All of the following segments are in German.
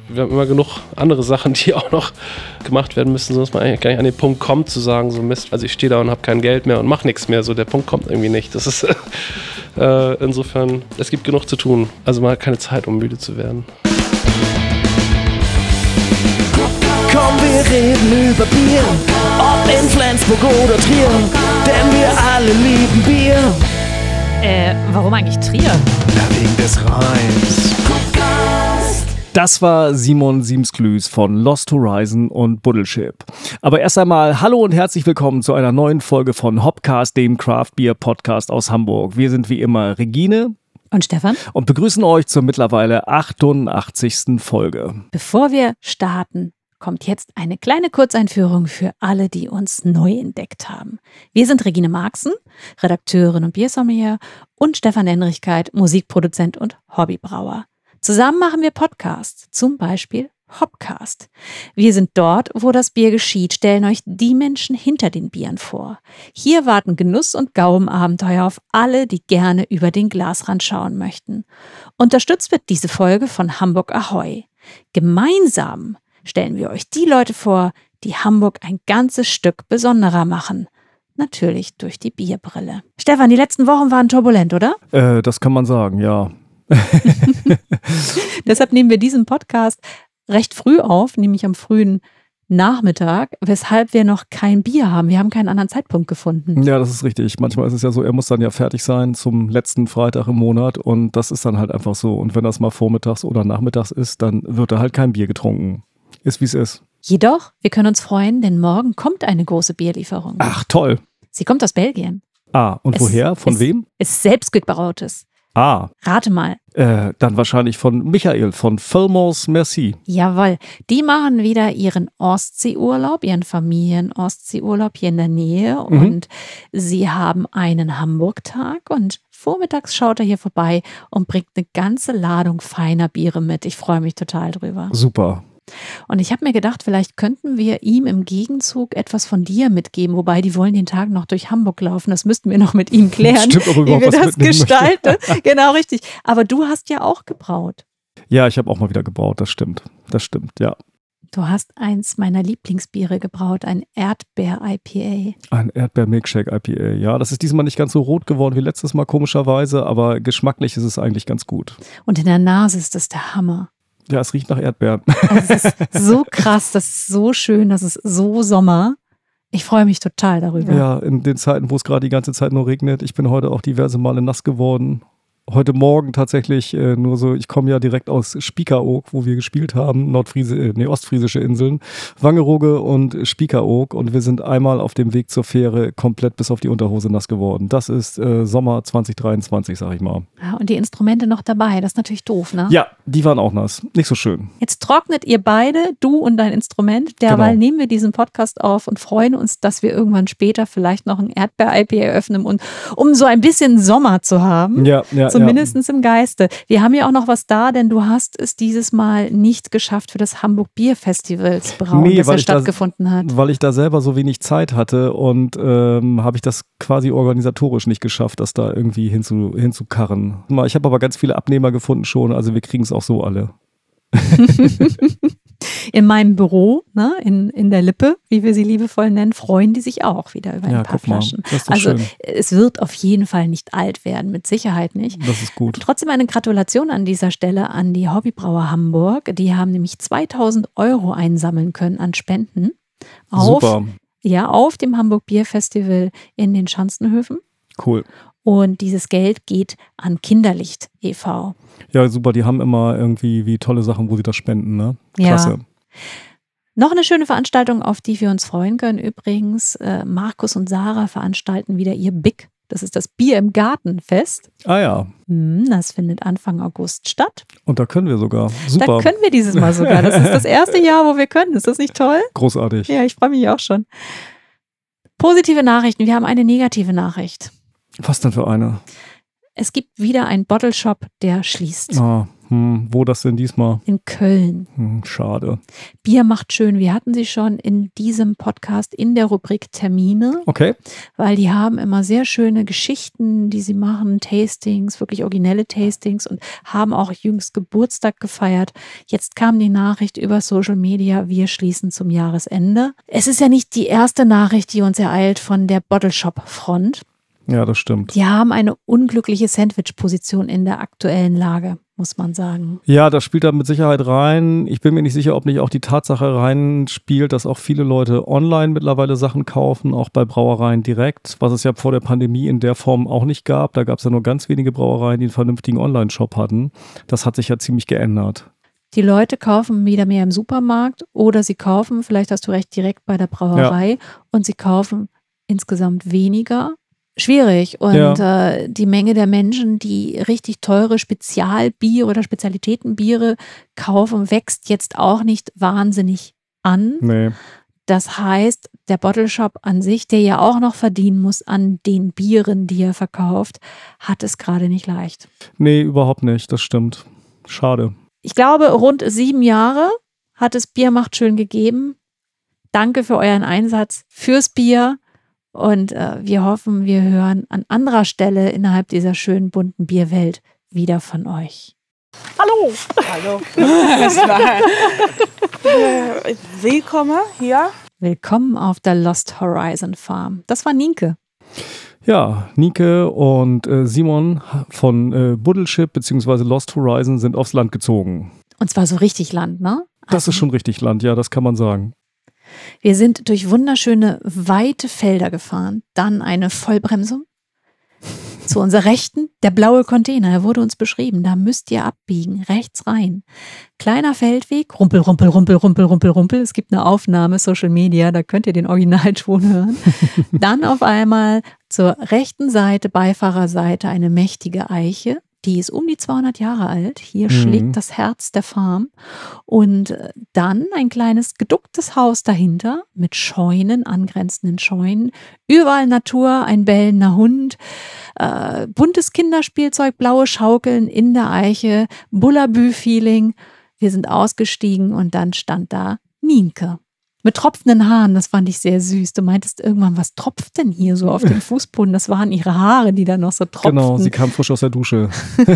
Wir haben immer genug andere Sachen, die auch noch gemacht werden müssen, sodass man eigentlich gar nicht an den Punkt kommt, zu sagen, so Mist, also ich stehe da und habe kein Geld mehr und mache nichts mehr. So, der Punkt kommt irgendwie nicht. Das ist insofern, es gibt genug zu tun. Also man hat keine Zeit, um müde zu werden. Komm, wir reden über Bier, ob in Flensburg oder Trier, denn wir alle lieben Bier. Warum eigentlich Trier? Ja, wegen des Reims. Das war Simon Siemsklüs von Lost Horizon und Buddleship. Aber erst einmal hallo und herzlich willkommen zu einer neuen Folge von Hopcast, dem Craft Beer Podcast aus Hamburg. Wir sind wie immer Regine und Stefan und begrüßen euch zur mittlerweile 88. Folge. Bevor wir starten, kommt jetzt eine kleine Kurzeinführung für alle, die uns neu entdeckt haben. Wir sind Regine Marxen, Redakteurin und Biersommelier, und Stefan Enrichkeit, Musikproduzent und Hobbybrauer. Zusammen machen wir Podcasts, zum Beispiel Hopcast. Wir sind dort, wo das Bier geschieht, stellen euch die Menschen hinter den Bieren vor. Hier warten Genuss und Gaumenabenteuer auf alle, die gerne über den Glasrand schauen möchten. Unterstützt wird diese Folge von Hamburg Ahoi. Gemeinsam stellen wir euch die Leute vor, die Hamburg ein ganzes Stück besonderer machen. Natürlich durch die Bierbrille. Stefan, die letzten Wochen waren turbulent, oder? Das kann man sagen, ja. Deshalb nehmen wir diesen Podcast recht früh auf, nämlich am frühen Nachmittag, weshalb wir noch kein Bier haben. Wir haben keinen anderen Zeitpunkt gefunden. Ja, das ist richtig. Manchmal ist es ja so, er muss dann ja fertig sein zum letzten Freitag im Monat und das ist dann halt einfach so. Und wenn das mal vormittags oder nachmittags ist, dann wird da halt kein Bier getrunken. Ist wie es ist. Jedoch, wir können uns freuen, denn morgen kommt eine große Bierlieferung. Ach, toll. Sie kommt aus Belgien. Ah, und woher? Von wem? Ist selbstgebrautes. Ah. Rate mal. Dann wahrscheinlich von Michael von Fillmores Merci. Jawohl. Die machen wieder ihren Ostseeurlaub, ihren Familien-Ostseeurlaub hier in der Nähe. Und sie haben einen Hamburg-Tag und vormittags schaut er hier vorbei und bringt eine ganze Ladung feiner Biere mit. Ich freue mich total drüber. Super. Und ich habe mir gedacht, vielleicht könnten wir ihm im Gegenzug etwas von dir mitgeben, wobei die wollen den Tag noch durch Hamburg laufen. Das müssten wir noch mit ihm klären, Stimmt, ob wie wir das gestalten. Möchte. Genau, richtig. Aber du hast ja auch gebraut. Ja, ich habe auch mal wieder gebraut, das stimmt. Das stimmt, ja. Du hast eins meiner Lieblingsbiere gebraut, ein Erdbeer-IPA. Ein Erdbeer-Milkshake-IPA, ja. Das ist diesmal nicht ganz so rot geworden wie letztes Mal, komischerweise, aber geschmacklich ist es eigentlich ganz gut. Und in der Nase ist das der Hammer. Ja, es riecht nach Erdbeeren. Also es ist so krass, das ist so schön, das ist so Sommer. Ich freue mich total darüber. Ja, in den Zeiten, wo es gerade die ganze Zeit nur regnet. Ich bin heute auch diverse Male nass geworden. Heute Morgen tatsächlich nur so, ich komme ja direkt aus Spiekeroog, wo wir gespielt haben, ostfriesische Inseln, Wangerooge und Spiekeroog, und wir sind einmal auf dem Weg zur Fähre komplett bis auf die Unterhose nass geworden. Das ist Sommer 2023, sag ich mal. Ja, und die Instrumente noch dabei, das ist natürlich doof, ne? Ja, die waren auch nass. Nicht so schön. Jetzt trocknet ihr beide, du und dein Instrument. Derweil nehmen wir diesen Podcast auf und freuen uns, dass wir irgendwann später vielleicht noch ein Erdbeer-IPA eröffnen, und um so ein bisschen Sommer zu haben. Ja. Zumindest im Geiste. Wir haben ja auch noch was da, denn du hast es dieses Mal nicht geschafft für das Hamburg Bier Festival zu brauen, das ja stattgefunden hat. Weil ich da selber so wenig Zeit hatte und habe ich das quasi organisatorisch nicht geschafft, das da irgendwie hinzukarren. Ich habe aber ganz viele Abnehmer gefunden schon, also wir kriegen es auch so alle. In meinem Büro, ne, in der Lippe, wie wir sie liebevoll nennen, freuen die sich auch wieder über ein paar Flaschen. Also schön. Es wird auf jeden Fall nicht alt werden, mit Sicherheit nicht. Das ist gut. Trotzdem eine Gratulation an dieser Stelle an die Hobbybrauer Hamburg. Die haben nämlich 2.000 € einsammeln können an Spenden. Super. Auf dem Hamburg Bier Festival in den Schanzenhöfen. Cool. Und dieses Geld geht an Kinderlicht e.V. Ja, super, die haben immer irgendwie wie tolle Sachen, wo sie das spenden, ne? Klasse. Ja. Noch eine schöne Veranstaltung, auf die wir uns freuen können übrigens. Markus und Sarah veranstalten wieder ihr BIG. Das ist das Bier im Garten Fest. Ah ja. Das findet Anfang August statt. Und da können wir sogar. Super. Da können wir dieses Mal sogar. Das ist das erste Jahr, wo wir können. Ist das nicht toll? Großartig. Ja, ich freue mich auch schon. Positive Nachrichten. Wir haben eine negative Nachricht. Was denn für eine? Es gibt wieder einen Bottle Shop, der schließt. Wo das denn diesmal? In Köln. Schade. Bier macht schön. Wir hatten sie schon in diesem Podcast in der Rubrik Termine. Okay. Weil die haben immer sehr schöne Geschichten, die sie machen, Tastings, wirklich originelle Tastings und haben auch jüngst Geburtstag gefeiert. Jetzt kam die Nachricht über Social Media, wir schließen zum Jahresende. Es ist ja nicht die erste Nachricht, die uns ereilt von der Bottle Shop Front. Ja, das stimmt. Die haben eine unglückliche Sandwich-Position in der aktuellen Lage, muss man sagen. Ja, das spielt da mit Sicherheit rein. Ich bin mir nicht sicher, ob nicht auch die Tatsache reinspielt, dass auch viele Leute online mittlerweile Sachen kaufen, auch bei Brauereien direkt, was es ja vor der Pandemie in der Form auch nicht gab. Da gab es ja nur ganz wenige Brauereien, die einen vernünftigen Online-Shop hatten. Das hat sich ja ziemlich geändert. Die Leute kaufen wieder mehr im Supermarkt oder sie kaufen, vielleicht hast du recht, direkt bei der Brauerei und sie kaufen insgesamt weniger. Schwierig. Und die Menge der Menschen, die richtig teure Spezialbiere oder Spezialitätenbiere kaufen, wächst jetzt auch nicht wahnsinnig an. Nee. Das heißt, der Bottle Shop an sich, der ja auch noch verdienen muss an den Bieren, die er verkauft, hat es gerade nicht leicht. Nee, überhaupt nicht. Das stimmt. Schade. Ich glaube, rund 7 Jahre hat es Bier macht schön gegeben. Danke für euren Einsatz fürs Bier. Und wir hoffen, wir hören an anderer Stelle innerhalb dieser schönen bunten Bierwelt wieder von euch. Hallo. Hallo. Willkommen hier. Willkommen auf der Lost Horizon Farm. Das war Nienke. Ja, Nienke und Simon von Buddleship bzw. Lost Horizon sind aufs Land gezogen. Und zwar so richtig Land, ne? Das ist schon richtig Land, ja, das kann man sagen. Wir sind durch wunderschöne, weite Felder gefahren, dann eine Vollbremsung. Zu unserer Rechten, der blaue Container, er wurde uns beschrieben, da müsst ihr abbiegen, rechts rein. Kleiner Feldweg, Rumpel, Rumpel, Rumpel, Rumpel, Rumpel, Rumpel. Es gibt eine Aufnahme, Social Media, da könnt ihr den Originalton hören. Dann auf einmal zur rechten Seite, Beifahrerseite, eine mächtige Eiche. Die ist um die 200 Jahre alt. Hier schlägt das Herz der Farm. Und dann ein kleines geducktes Haus dahinter mit Scheunen, angrenzenden Scheunen. Überall Natur, ein bellender Hund, buntes Kinderspielzeug, blaue Schaukeln in der Eiche, Bullabü-Feeling. Wir sind ausgestiegen und dann stand da Nienke. Mit tropfenden Haaren, das fand ich sehr süß. Du meintest irgendwann, was tropft denn hier so auf dem Fußboden? Das waren ihre Haare, die da noch so tropften. Genau, sie kam frisch aus der Dusche.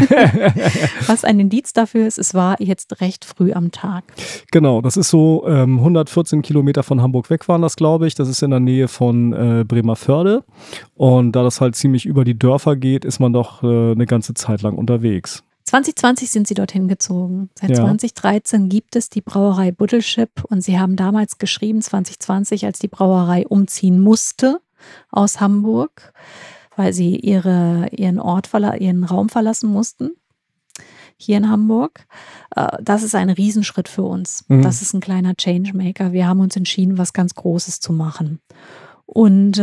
Was ein Indiz dafür ist, es war jetzt recht früh am Tag. Genau, das ist so 114 Kilometer von Hamburg weg waren das, glaube ich. Das ist in der Nähe von Bremervörde. Und da das halt ziemlich über die Dörfer geht, ist man doch eine ganze Zeit lang unterwegs. 2020 sind sie dorthin gezogen. Seit 2013 gibt es die Brauerei Buddleship und sie haben damals geschrieben, 2020, als die Brauerei umziehen musste aus Hamburg, weil sie ihren Raum verlassen mussten, hier in Hamburg. Das ist ein Riesenschritt für uns. Das ist ein kleiner Changemaker. Wir haben uns entschieden, was ganz Großes zu machen. Und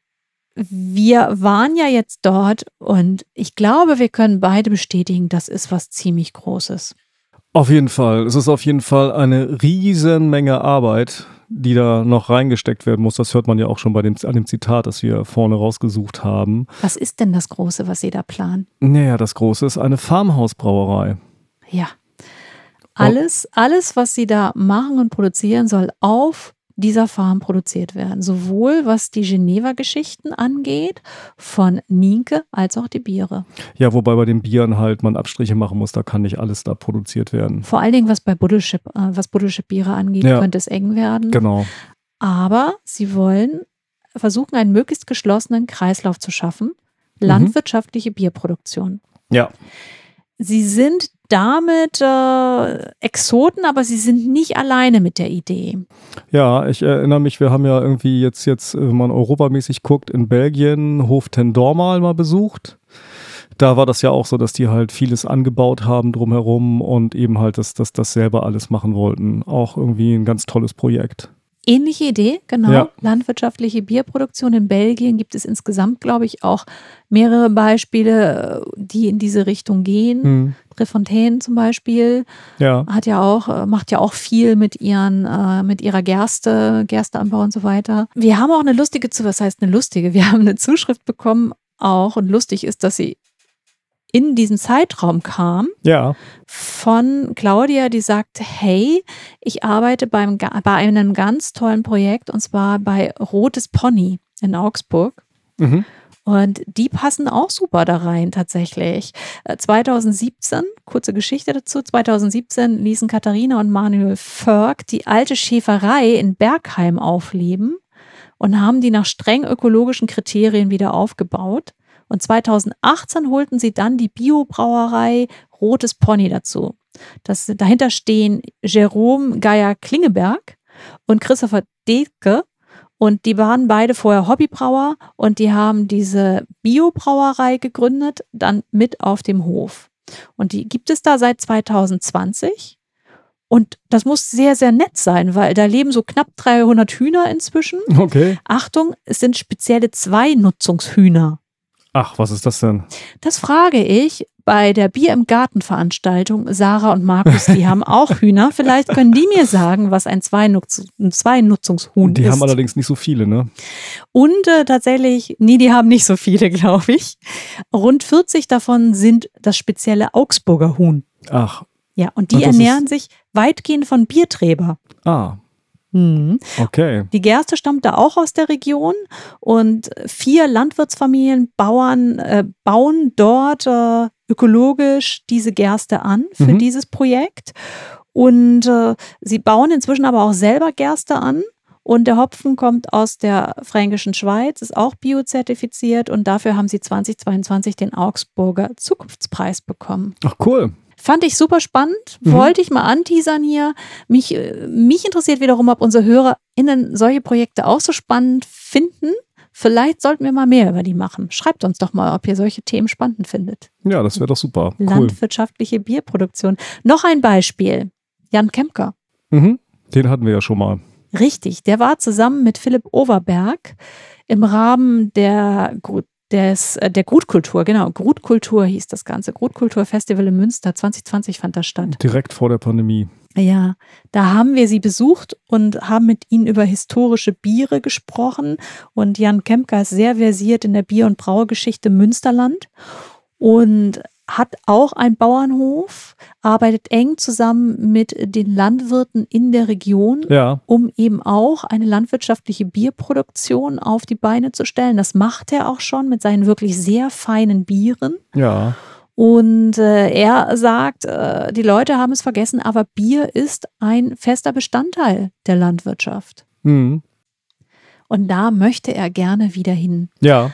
wir waren ja jetzt dort und ich glaube, wir können beide bestätigen, das ist was ziemlich Großes. Auf jeden Fall. Es ist auf jeden Fall eine riesen Menge Arbeit, die da noch reingesteckt werden muss. Das hört man ja auch schon an dem Zitat, das wir vorne rausgesucht haben. Was ist denn das Große, was Sie da planen? Naja, das Große ist eine Farmhausbrauerei. Ja. Alles, was Sie da machen und produzieren, soll auf dieser Farm produziert werden. Sowohl was die Geneva-Geschichten angeht, von Nienke, als auch die Biere. Ja, wobei bei den Bieren halt man Abstriche machen muss, da kann nicht alles da produziert werden. Vor allen Dingen, was Buddleship-Biere angeht, könnte es eng werden. Genau. Aber sie wollen versuchen, einen möglichst geschlossenen Kreislauf zu schaffen. Landwirtschaftliche Bierproduktion. Ja. Sie sind damit Exoten, aber sie sind nicht alleine mit der Idee. Ja, ich erinnere mich, wir haben ja irgendwie jetzt, wenn man europamäßig guckt, in Belgien Hof ten Dormaal mal besucht. Da war das ja auch so, dass die halt vieles angebaut haben drumherum und eben halt das selber alles machen wollten. Auch irgendwie ein ganz tolles Projekt. Ähnliche Idee, genau. Ja. Landwirtschaftliche Bierproduktion in Belgien gibt es insgesamt, glaube ich, auch mehrere Beispiele, die in diese Richtung gehen. Trefontaine zum Beispiel macht ja auch viel mit ihrer Gersteanbau und so weiter. Wir haben auch wir haben eine Zuschrift bekommen auch und lustig ist, dass sie in diesem Zeitraum kam Ja. von Claudia, die sagte, hey, ich arbeite bei einem ganz tollen Projekt und zwar bei Rotes Pony in Augsburg. Mhm. Und die passen auch super da rein tatsächlich. 2017, kurze Geschichte dazu, 2017 ließen Katharina und Manuel Förg die alte Schäferei in Bergheim aufleben und haben die nach streng ökologischen Kriterien wieder aufgebaut. Und 2018 holten sie dann die Biobrauerei Rotes Pony dazu. Dahinter stehen Jerome Geier-Klingeberg und Christopher Detke. Und die waren beide vorher Hobbybrauer und die haben diese Biobrauerei gegründet, dann mit auf dem Hof. Und die gibt es da seit 2020. Und das muss sehr, sehr nett sein, weil da leben so knapp 300 Hühner inzwischen. Okay. Achtung, es sind spezielle Zweinutzungshühner. Ach, was ist das denn? Das frage ich bei der Bier im Garten Veranstaltung Sarah und Markus. Die haben auch Hühner. Vielleicht können die mir sagen, was ein Zweinutzungshuhn ist. Die haben allerdings nicht so viele, ne? Und tatsächlich, nee, die haben nicht so viele, glaube ich. Rund 40 davon sind das spezielle Augsburger Huhn. Ach. Ja, und die ernähren sich weitgehend von Bierträber. Ah. Mhm. Okay. Die Gerste stammt da auch aus der Region und 4 Landwirtsfamilien bauen dort ökologisch diese Gerste an für dieses Projekt. Und sie bauen inzwischen aber auch selber Gerste an. Und der Hopfen kommt aus der Fränkischen Schweiz, ist auch biozertifiziert und dafür haben sie 2022 den Augsburger Zukunftspreis bekommen. Ach, cool. Fand ich super spannend, wollte ich mal anteasern hier. Mich interessiert wiederum, ob unsere HörerInnen solche Projekte auch so spannend finden. Vielleicht sollten wir mal mehr über die machen. Schreibt uns doch mal, ob ihr solche Themen spannend findet. Ja, das wäre doch super. Cool. Landwirtschaftliche Bierproduktion. Noch ein Beispiel. Jan Kempker. Mhm. Den hatten wir ja schon mal. Richtig, der war zusammen mit Philipp Overberg im Rahmen der Grutkultur, genau, Grutkultur hieß das Ganze, Grutkulturfestival in Münster, 2020 fand das statt. Direkt vor der Pandemie. Ja, da haben wir sie besucht und haben mit ihnen über historische Biere gesprochen und Jan Kempker ist sehr versiert in der Bier- und Braugeschichte Münsterland und hat auch einen Bauernhof, arbeitet eng zusammen mit den Landwirten in der Region, um eben auch eine landwirtschaftliche Bierproduktion auf die Beine zu stellen. Das macht er auch schon mit seinen wirklich sehr feinen Bieren. Ja. Und er sagt, die Leute haben es vergessen, aber Bier ist ein fester Bestandteil der Landwirtschaft. Mhm. Und da möchte er gerne wieder hin. Ja.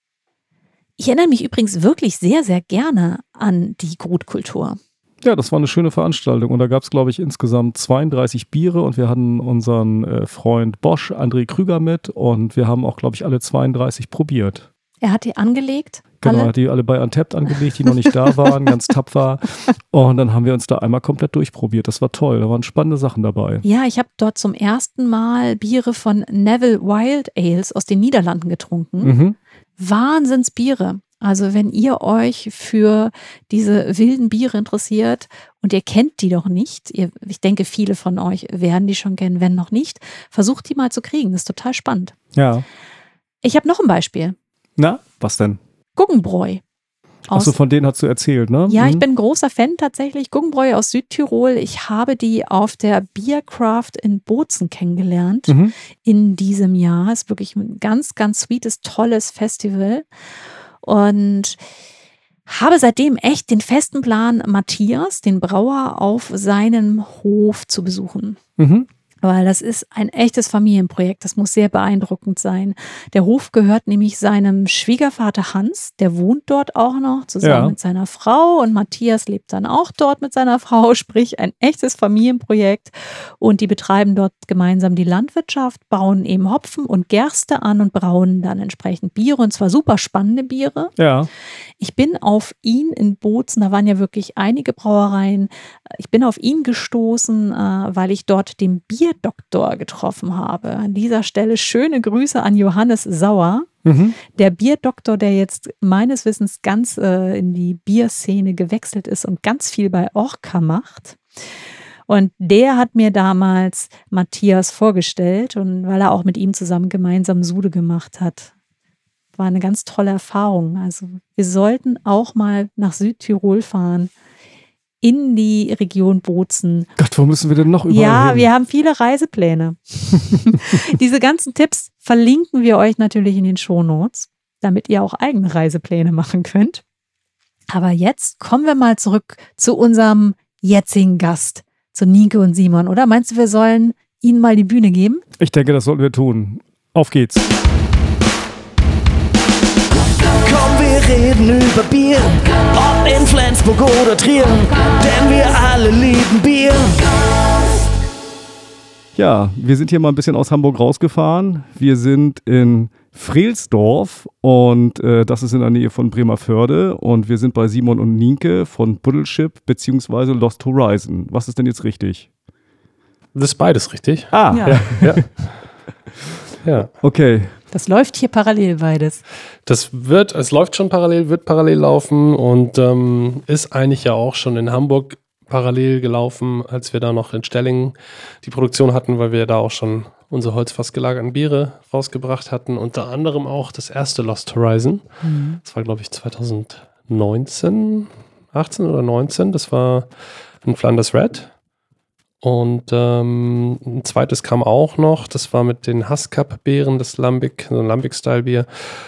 Ich erinnere mich übrigens wirklich sehr, sehr gerne an die Grutkultur. Ja, das war eine schöne Veranstaltung und da gab es, glaube ich, insgesamt 32 Biere und wir hatten unseren Freund Bosch, André Krüger mit und wir haben auch, glaube ich, alle 32 probiert. Er hat die angelegt? Genau, hat die alle bei Untappd angelegt, die noch nicht da waren, ganz tapfer. Und dann haben wir uns da einmal komplett durchprobiert. Das war toll, da waren spannende Sachen dabei. Ja, ich habe dort zum ersten Mal Biere von Neville Wild Ales aus den Niederlanden getrunken. Mhm. Wahnsinnsbiere. Also wenn ihr euch für diese wilden Biere interessiert und ihr kennt die doch nicht, ich denke, viele von euch werden die schon kennen, wenn noch nicht, versucht die mal zu kriegen. Das ist total spannend. Ja. Ich habe noch ein Beispiel. Na, was denn? Guggenbräu. Achso, von denen hast du erzählt, ne? Ja, ich bin ein großer Fan tatsächlich. Guggenbräu aus Südtirol. Ich habe die auf der Biercraft in Bozen kennengelernt in diesem Jahr. Ist wirklich ein ganz, ganz sweetes, tolles Festival. Und habe seitdem echt den festen Plan, Matthias, den Brauer, auf seinem Hof zu besuchen. Mhm. Weil das ist ein echtes Familienprojekt. Das muss sehr beeindruckend sein. Der Hof gehört nämlich seinem Schwiegervater Hans. Der wohnt dort auch noch zusammen mit seiner Frau. Und Matthias lebt dann auch dort mit seiner Frau. Sprich, ein echtes Familienprojekt. Und die betreiben dort gemeinsam die Landwirtschaft, bauen eben Hopfen und Gerste an und brauen dann entsprechend Biere. Und zwar super spannende Biere. Ja. Ich bin auf ihn in Bozen, da waren ja wirklich einige Brauereien. Ich bin auf ihn gestoßen, weil ich dort den Bierdoktor getroffen habe. An dieser Stelle schöne Grüße an Johannes Sauer. Der Bierdoktor, der jetzt meines Wissens ganz in die Bierszene gewechselt ist und ganz viel bei Orca macht. Und der hat mir damals Matthias vorgestellt und weil er auch mit ihm zusammen gemeinsam Sude gemacht hat. war eine ganz tolle Erfahrung. Also wir sollten auch mal nach Südtirol fahren, in die Region Bozen. Gott, wo müssen wir denn noch überall Ja, hin? wir haben viele Reisepläne. Diese ganzen Tipps verlinken wir euch natürlich in den Shownotes, damit ihr auch eigene Reisepläne machen könnt. Aber jetzt kommen wir mal zurück zu unserem jetzigen Gast, zu Nienke und Simon, oder? Meinst du, wir sollen ihnen mal die Bühne geben? Ich denke, das sollten wir tun. Auf geht's. Komm, wir reden über Bier, ob in Flensburg oder Trier, denn wir alle lieben Bier. Ja, wir sind hier mal ein bisschen aus Hamburg rausgefahren. Wir sind in Freelsdorf und das ist in der Nähe von Bremervörde und wir sind bei Simon und Nienke von Buddelship bzw. Lost Horizon. Was ist denn jetzt richtig? Das ist beides richtig. Ah, Ja. Ja. Okay. Das läuft hier parallel beides. Es läuft schon parallel, wird parallel laufen und ist eigentlich ja auch schon in Hamburg parallel gelaufen, als wir da noch in Stellingen die Produktion hatten, weil wir da auch schon unsere holzfass gelagerten Biere rausgebracht hatten. Unter anderem auch das erste Lost Horizon. Das war, glaube ich, 2019, 18 oder 19. Das war ein Flanders Red. Und ein zweites kam auch noch. Das war mit den Haskap-Beeren, das Lambic, so ein Lambic-Style-Bier.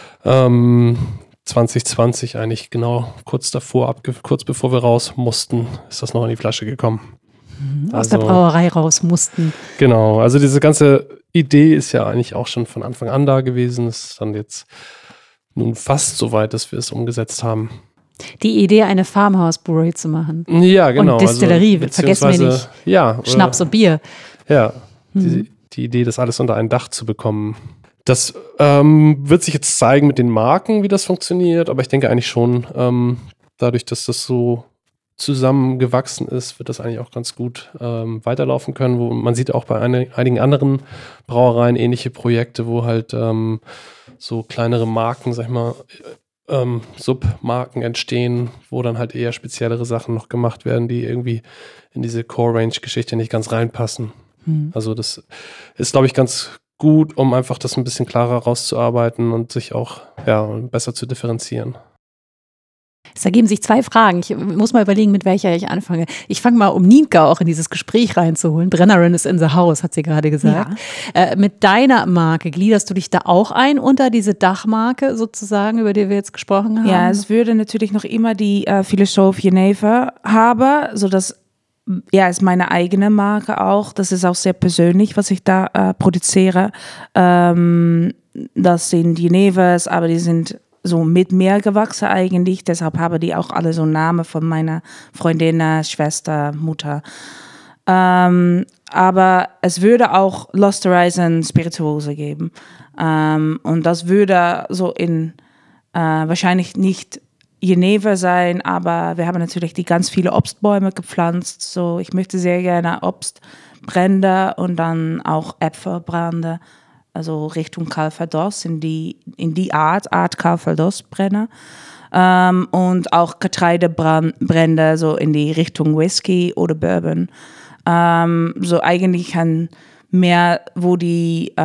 2020 eigentlich genau kurz bevor wir raus mussten, ist das noch in die Flasche gekommen. Aus der Brauerei raus mussten. Genau, also diese ganze Idee ist ja eigentlich auch schon von Anfang an da gewesen. Es ist dann jetzt nun fast so weit, dass wir es umgesetzt haben. Die Idee, eine Farmhouse-Brewery zu machen. Ja, genau. Und Distillerie, vergessen wir nicht. Ja, Schnaps und Bier. Ja, die Idee, das alles unter ein Dach zu bekommen. Das wird sich jetzt zeigen mit den Marken, wie das funktioniert, aber ich denke eigentlich schon, dadurch, dass das so zusammengewachsen ist, wird das eigentlich auch ganz gut weiterlaufen können. Man sieht auch bei einigen anderen Brauereien ähnliche Projekte, wo halt so kleinere Marken, sag ich mal, Submarken entstehen, wo dann halt eher speziellere Sachen noch gemacht werden, die irgendwie in diese Core-Range-Geschichte nicht ganz reinpassen. Also das ist, glaube ich, ganz gut, um einfach das ein bisschen klarer rauszuarbeiten und sich auch besser zu differenzieren. Es ergeben sich zwei Fragen. Ich muss mal überlegen, mit welcher ich anfange. Ich fange mal, um Nienke auch in dieses Gespräch reinzuholen. Brennerin ist in the house, hat sie gerade gesagt. Ja. Mit deiner Marke, gliederst du dich da auch ein unter diese Dachmarke sozusagen, über die wir jetzt gesprochen haben? Ja, es würde natürlich noch immer die Philosoph Geneva haben, sodass ist meine eigene Marke auch. Das ist auch sehr persönlich, was ich da produziere. Das sind Genevas, aber die sind so mit mir gewachsen eigentlich. Deshalb haben die auch alle so einen Namen von meiner Freundin, Schwester, Mutter. Aber es würde auch Lost Horizon Spirituose geben. Und das würde so in wahrscheinlich nicht Geneva sein, aber wir haben natürlich die ganz viele Obstbäume gepflanzt. So, ich möchte sehr gerne Obstbrände und dann auch Äpfelbrände, also Richtung Calvados, in die Art Calvados-Brenner. Und auch Getreidebrände, so in die Richtung Whisky oder Bourbon. So eigentlich mehr, wo die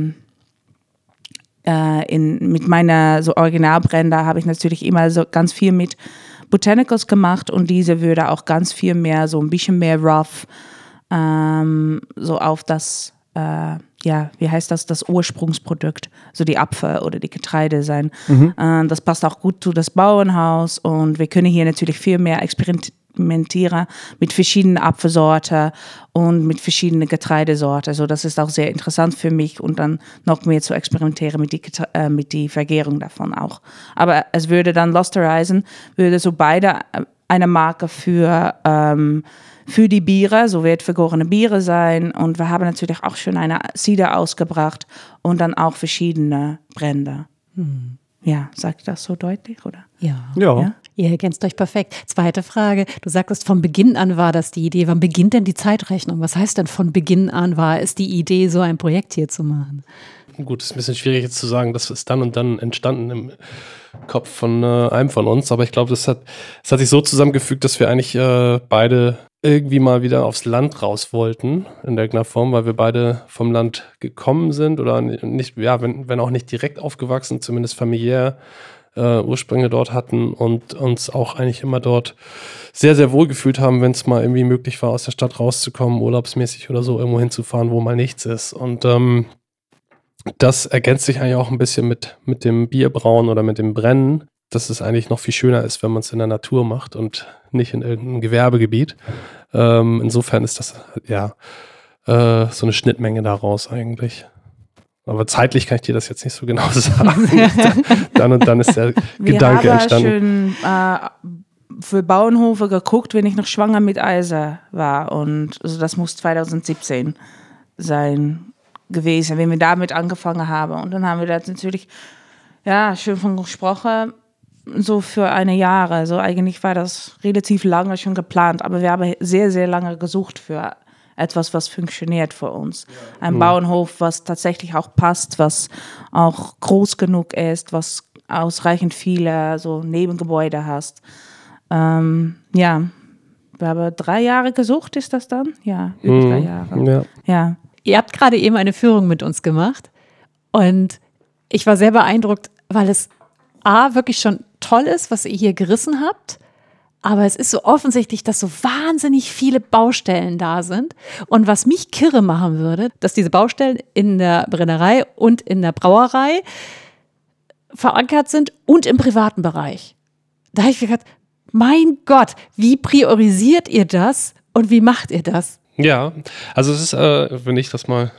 mit meiner so Originalbrände habe ich natürlich immer so ganz viel mit Botanicals gemacht und diese würde auch ganz viel mehr, so ein bisschen mehr rough, so auf das, wie heißt das Ursprungsprodukt, so die Apfel oder die Getreide sein. Das passt auch gut zu das Bauernhaus und wir können hier natürlich viel mehr experimentieren mit verschiedenen Apfelsorten und mit verschiedenen Getreidesorten. Also das ist auch sehr interessant für mich und dann noch mehr zu experimentieren mit die Vergärung davon auch. Aber es würde dann Lost Horizon, würde so beide eine Marke für die Biere, so wird vergorene Biere sein und wir haben natürlich auch schon eine Cider ausgebracht und dann auch verschiedene Brände. Ja, sagt ich das so deutlich, oder? Ja. Ihr ergänzt euch perfekt. Zweite Frage. Du sagtest, von Beginn an war das die Idee. Wann beginnt denn die Zeitrechnung? Was heißt denn von Beginn an war es die Idee, so ein Projekt hier zu machen? Gut, ist ein bisschen schwierig jetzt zu sagen, das ist dann und dann entstanden im Kopf von einem von uns, aber ich glaube, das hat sich so zusammengefügt, dass wir eigentlich beide irgendwie mal wieder aufs Land raus wollten, in irgendeiner Form, weil wir beide vom Land gekommen sind oder nicht, ja, wenn auch nicht direkt aufgewachsen, zumindest familiär Ursprünge dort hatten und uns auch eigentlich immer dort sehr, sehr wohl gefühlt haben, wenn es mal irgendwie möglich war, aus der Stadt rauszukommen, urlaubsmäßig oder so, irgendwo hinzufahren, wo mal nichts ist. Und das ergänzt sich eigentlich auch ein bisschen mit dem Bierbrauen oder mit dem Brennen, dass es eigentlich noch viel schöner ist, wenn man es in der Natur macht und nicht in irgendeinem Gewerbegebiet. Insofern ist das ja so eine Schnittmenge daraus eigentlich. Aber zeitlich kann ich dir das jetzt nicht so genau sagen. Dann und dann ist der Gedanke entstanden. Ich habe schön für Bauernhofe geguckt, wenn ich noch schwanger mit Eise war. Und also das muss 2017 sein gewesen, wenn wir damit angefangen haben. Und dann haben wir das natürlich schön von gesprochen, so für eine Jahre. So eigentlich war das relativ lange schon geplant, aber wir haben sehr, sehr lange gesucht für etwas, was funktioniert für uns. Ein Bauernhof, was tatsächlich auch passt, was auch groß genug ist, was ausreichend viele so Nebengebäude hast. Wir haben 3 Jahre gesucht, ist das dann? Ja, über 3 Jahre. Ja. Ihr habt gerade eben eine Führung mit uns gemacht und ich war sehr beeindruckt, weil es wirklich schon toll ist, was ihr hier gerissen habt. Aber es ist so offensichtlich, dass so wahnsinnig viele Baustellen da sind. Und was mich kirre machen würde, dass diese Baustellen in der Brennerei und in der Brauerei verankert sind und im privaten Bereich. Da habe ich gedacht, mein Gott, wie priorisiert ihr das und wie macht ihr das? Ja, also es ist, wenn ich das mal...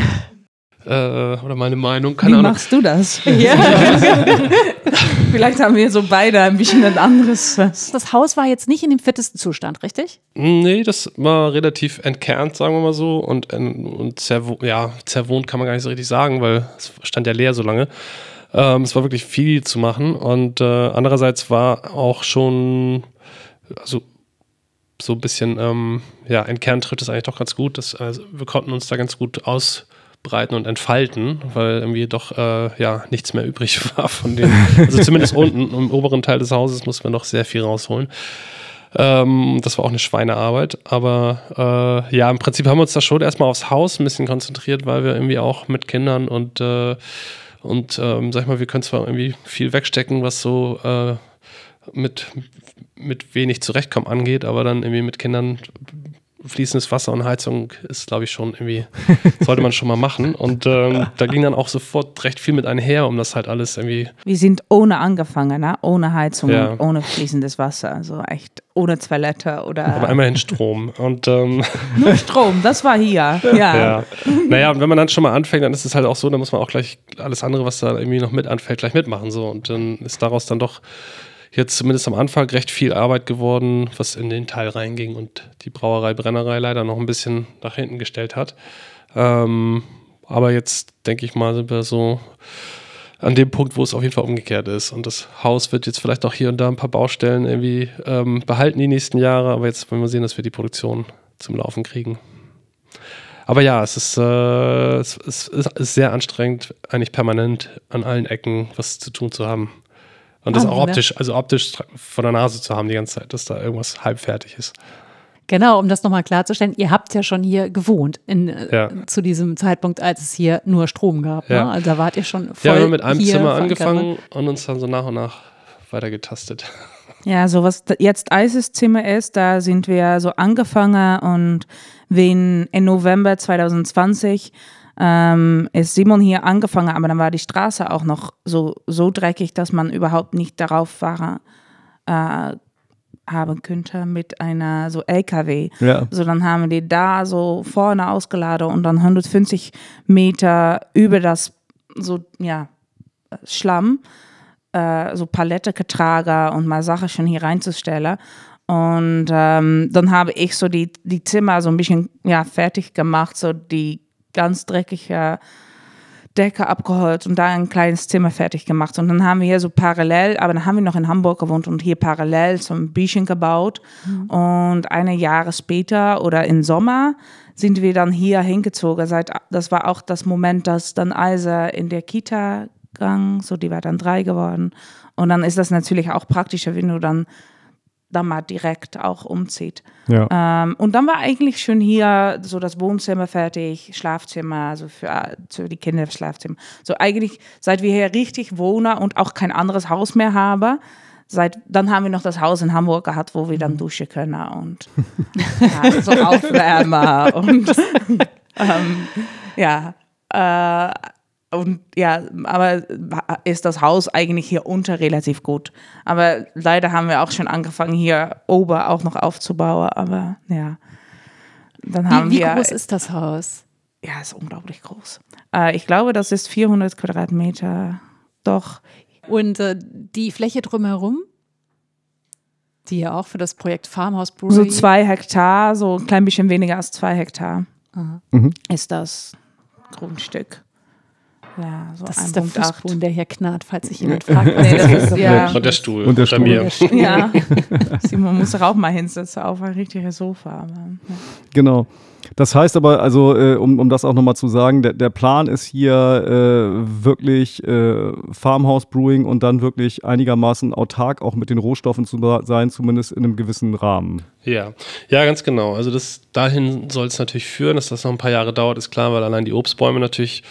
oder meine Meinung, keine Ahnung. Wie machst du das? Ja. Vielleicht haben wir so beide ein bisschen ein anderes. Das Haus war jetzt nicht in dem fittesten Zustand, richtig? Nee, das war relativ entkernt, sagen wir mal so. Und zerwohnt kann man gar nicht so richtig sagen, weil es stand ja leer so lange. Es war wirklich viel zu machen. Und andererseits war auch schon, also so ein bisschen, entkernt trifft es eigentlich doch ganz gut. Wir konnten uns da ganz gut ausbreiten und entfalten, weil irgendwie doch nichts mehr übrig war von den, also zumindest unten im oberen Teil des Hauses mussten wir noch sehr viel rausholen. Das war auch eine Schweinearbeit, aber im Prinzip haben wir uns da schon erstmal aufs Haus ein bisschen konzentriert, weil wir irgendwie auch mit Kindern und sag ich mal, wir können zwar irgendwie viel wegstecken, was so mit wenig Zurechtkommen angeht, aber dann irgendwie mit Kindern fließendes Wasser und Heizung ist, glaube ich, schon irgendwie, sollte man schon mal machen. Und da ging dann auch sofort recht viel mit einher, um das halt alles irgendwie... Wir sind ohne angefangen, ne? Ohne Heizung, ohne fließendes Wasser, also echt ohne Toilette oder... Aber immerhin Strom. Und, nur Strom, das war hier, ja. Naja, und wenn man dann schon mal anfängt, dann ist es halt auch so, dann muss man auch gleich alles andere, was da irgendwie noch mit anfällt, gleich mitmachen. So. Und dann ist daraus dann doch jetzt zumindest am Anfang recht viel Arbeit geworden, was in den Teil reinging und die Brauerei, Brennerei leider noch ein bisschen nach hinten gestellt hat. Aber jetzt, denke ich mal, sind wir so an dem Punkt, wo es auf jeden Fall umgekehrt ist. Und das Haus wird jetzt vielleicht auch hier und da ein paar Baustellen irgendwie behalten die nächsten Jahre, aber jetzt wollen wir sehen, dass wir die Produktion zum Laufen kriegen. Aber ja, es ist sehr anstrengend, eigentlich permanent an allen Ecken was zu tun zu haben. Und das auch optisch vor der Nase zu haben die ganze Zeit, dass da irgendwas halbfertig ist. Genau, um das nochmal klarzustellen, ihr habt ja schon hier gewohnt zu diesem Zeitpunkt, als es hier nur Strom gab. Ja. Ne? Also da wart ihr schon voll wir haben mit einem hier Zimmer angefangen und uns dann so nach und nach weitergetastet. Ja, so was jetzt Eises Zimmer ist, da sind wir so angefangen und wenn in November 2020 ist Simon hier angefangen, aber dann war die Straße auch noch so dreckig, dass man überhaupt nicht darauf fahren haben könnte mit einer so LKW. Ja. So dann haben die da so vorne ausgeladen und dann 150 Meter über das Schlamm so Palette getragen und mal Sachen schon hier reinzustellen. Und dann habe ich so die Zimmer so ein bisschen fertig gemacht, so die ganz dreckige Decke abgeholt und da ein kleines Zimmer fertig gemacht. Und dann haben wir hier so parallel, aber dann haben wir noch in Hamburg gewohnt und hier parallel so ein bisschen gebaut. Mhm. Und 1 Jahr später oder im Sommer sind wir dann hier hingezogen. Das war auch das Moment, dass dann Eise in der Kita ging, so die war dann 3 geworden. Und dann ist das natürlich auch praktischer, wenn du dann dann mal direkt auch umzieht. Ja. Und dann war eigentlich schon hier so das Wohnzimmer fertig, Schlafzimmer, also für die Kinder Schlafzimmer. So eigentlich, seit wir hier richtig wohnen und auch kein anderes Haus mehr haben, dann haben wir noch das Haus in Hamburg gehabt, wo wir dann duschen können und so Aufwärmer und aber ist das Haus eigentlich hier unter relativ gut. Aber leider haben wir auch schon angefangen, hier oben auch noch aufzubauen. Aber ja, dann haben Wie wir... groß ist das Haus? Ja, ist unglaublich groß. Ich glaube, das ist 400 Quadratmeter. Doch. Und die Fläche drumherum, die ja auch für das Projekt Farmhouse Brewery... So 2 Hektar, so ein klein bisschen weniger als 2 Hektar ist das Grundstück. Ja, so Das ist der 1,8. Fußboden, der hier knarrt, falls sich jemand fragt. Nee, das ist, ja. Und der Stuhl. Und der unter Stuhl. mir. Ja, Simon muss doch auch mal hinsetzen auf ein richtiges Sofa. Aber, ja. Genau. Das heißt aber, also um das auch nochmal zu sagen, der Plan ist hier wirklich Farmhouse Brewing und dann wirklich einigermaßen autark auch mit den Rohstoffen zu sein, zumindest in einem gewissen Rahmen. Ja, ganz genau. Also dahin soll es natürlich führen, dass das noch ein paar Jahre dauert, ist klar, weil allein die Obstbäume natürlich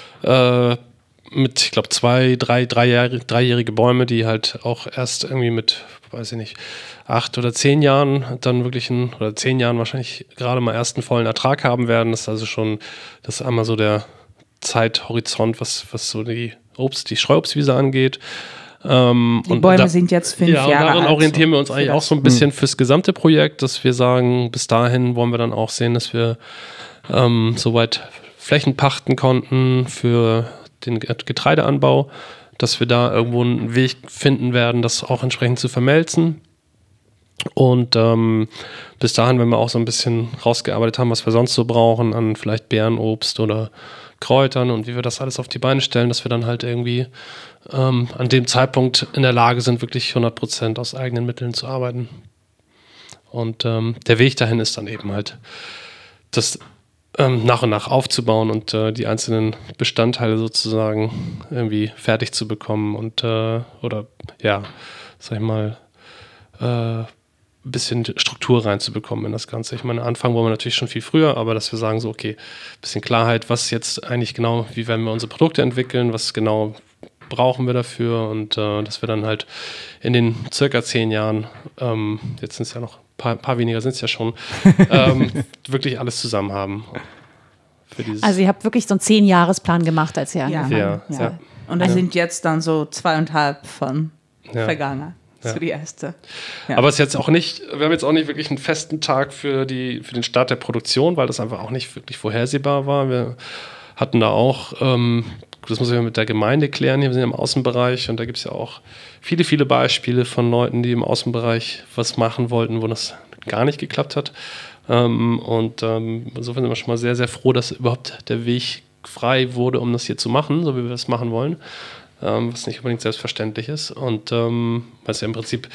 mit, ich glaube, 3-jährige Bäume, die halt auch erst irgendwie mit, weiß ich nicht, 8 oder 10 Jahren dann wirklich oder 10 Jahren wahrscheinlich gerade mal ersten vollen Ertrag haben werden. Das ist also schon, das ist einmal so der Zeithorizont, was so die Streuobstwiese angeht. Die Bäume sind jetzt 5 Jahre alt. Ja, und daran orientieren wir uns eigentlich das. auch so ein bisschen fürs gesamte Projekt, dass wir sagen, bis dahin wollen wir dann auch sehen, dass wir soweit Flächen pachten konnten für den Getreideanbau, dass wir da irgendwo einen Weg finden werden, das auch entsprechend zu vermelzen. Und bis dahin, wenn wir auch so ein bisschen rausgearbeitet haben, was wir sonst so brauchen an vielleicht Beerenobst oder Kräutern und wie wir das alles auf die Beine stellen, dass wir dann halt irgendwie an dem Zeitpunkt in der Lage sind, wirklich 100% aus eigenen Mitteln zu arbeiten. Und der Weg dahin ist dann eben halt das nach und nach aufzubauen und die einzelnen Bestandteile sozusagen irgendwie fertig zu bekommen und ein bisschen Struktur reinzubekommen in das Ganze. Ich meine, anfangen wollen wir natürlich schon viel früher, aber dass wir sagen so, okay, ein bisschen Klarheit, was jetzt eigentlich genau, wie werden wir unsere Produkte entwickeln, was genau brauchen wir dafür und dass wir dann halt in den circa 10 Jahren, jetzt sind es ja noch paar weniger sind es ja schon, wirklich alles zusammen haben. Also ihr habt wirklich so einen 10-Jahres-Plan gemacht, als ihr angefangen habt. Ja. Und das sind jetzt dann so 2,5 von vergangen. Ja. So die erste. Ja. Aber es ist jetzt auch nicht, wir haben jetzt auch nicht wirklich einen festen Tag für den Start der Produktion, weil das einfach auch nicht wirklich vorhersehbar war. Wir hatten da auch, das muss ich mit der Gemeinde klären, hier wir sind im Außenbereich und da gibt es ja auch viele, viele Beispiele von Leuten, die im Außenbereich was machen wollten, wo das gar nicht geklappt hat. Insofern sind wir schon mal sehr, sehr froh, dass überhaupt der Weg frei wurde, um das hier zu machen, so wie wir das machen wollen, was nicht unbedingt selbstverständlich ist und was ja im Prinzip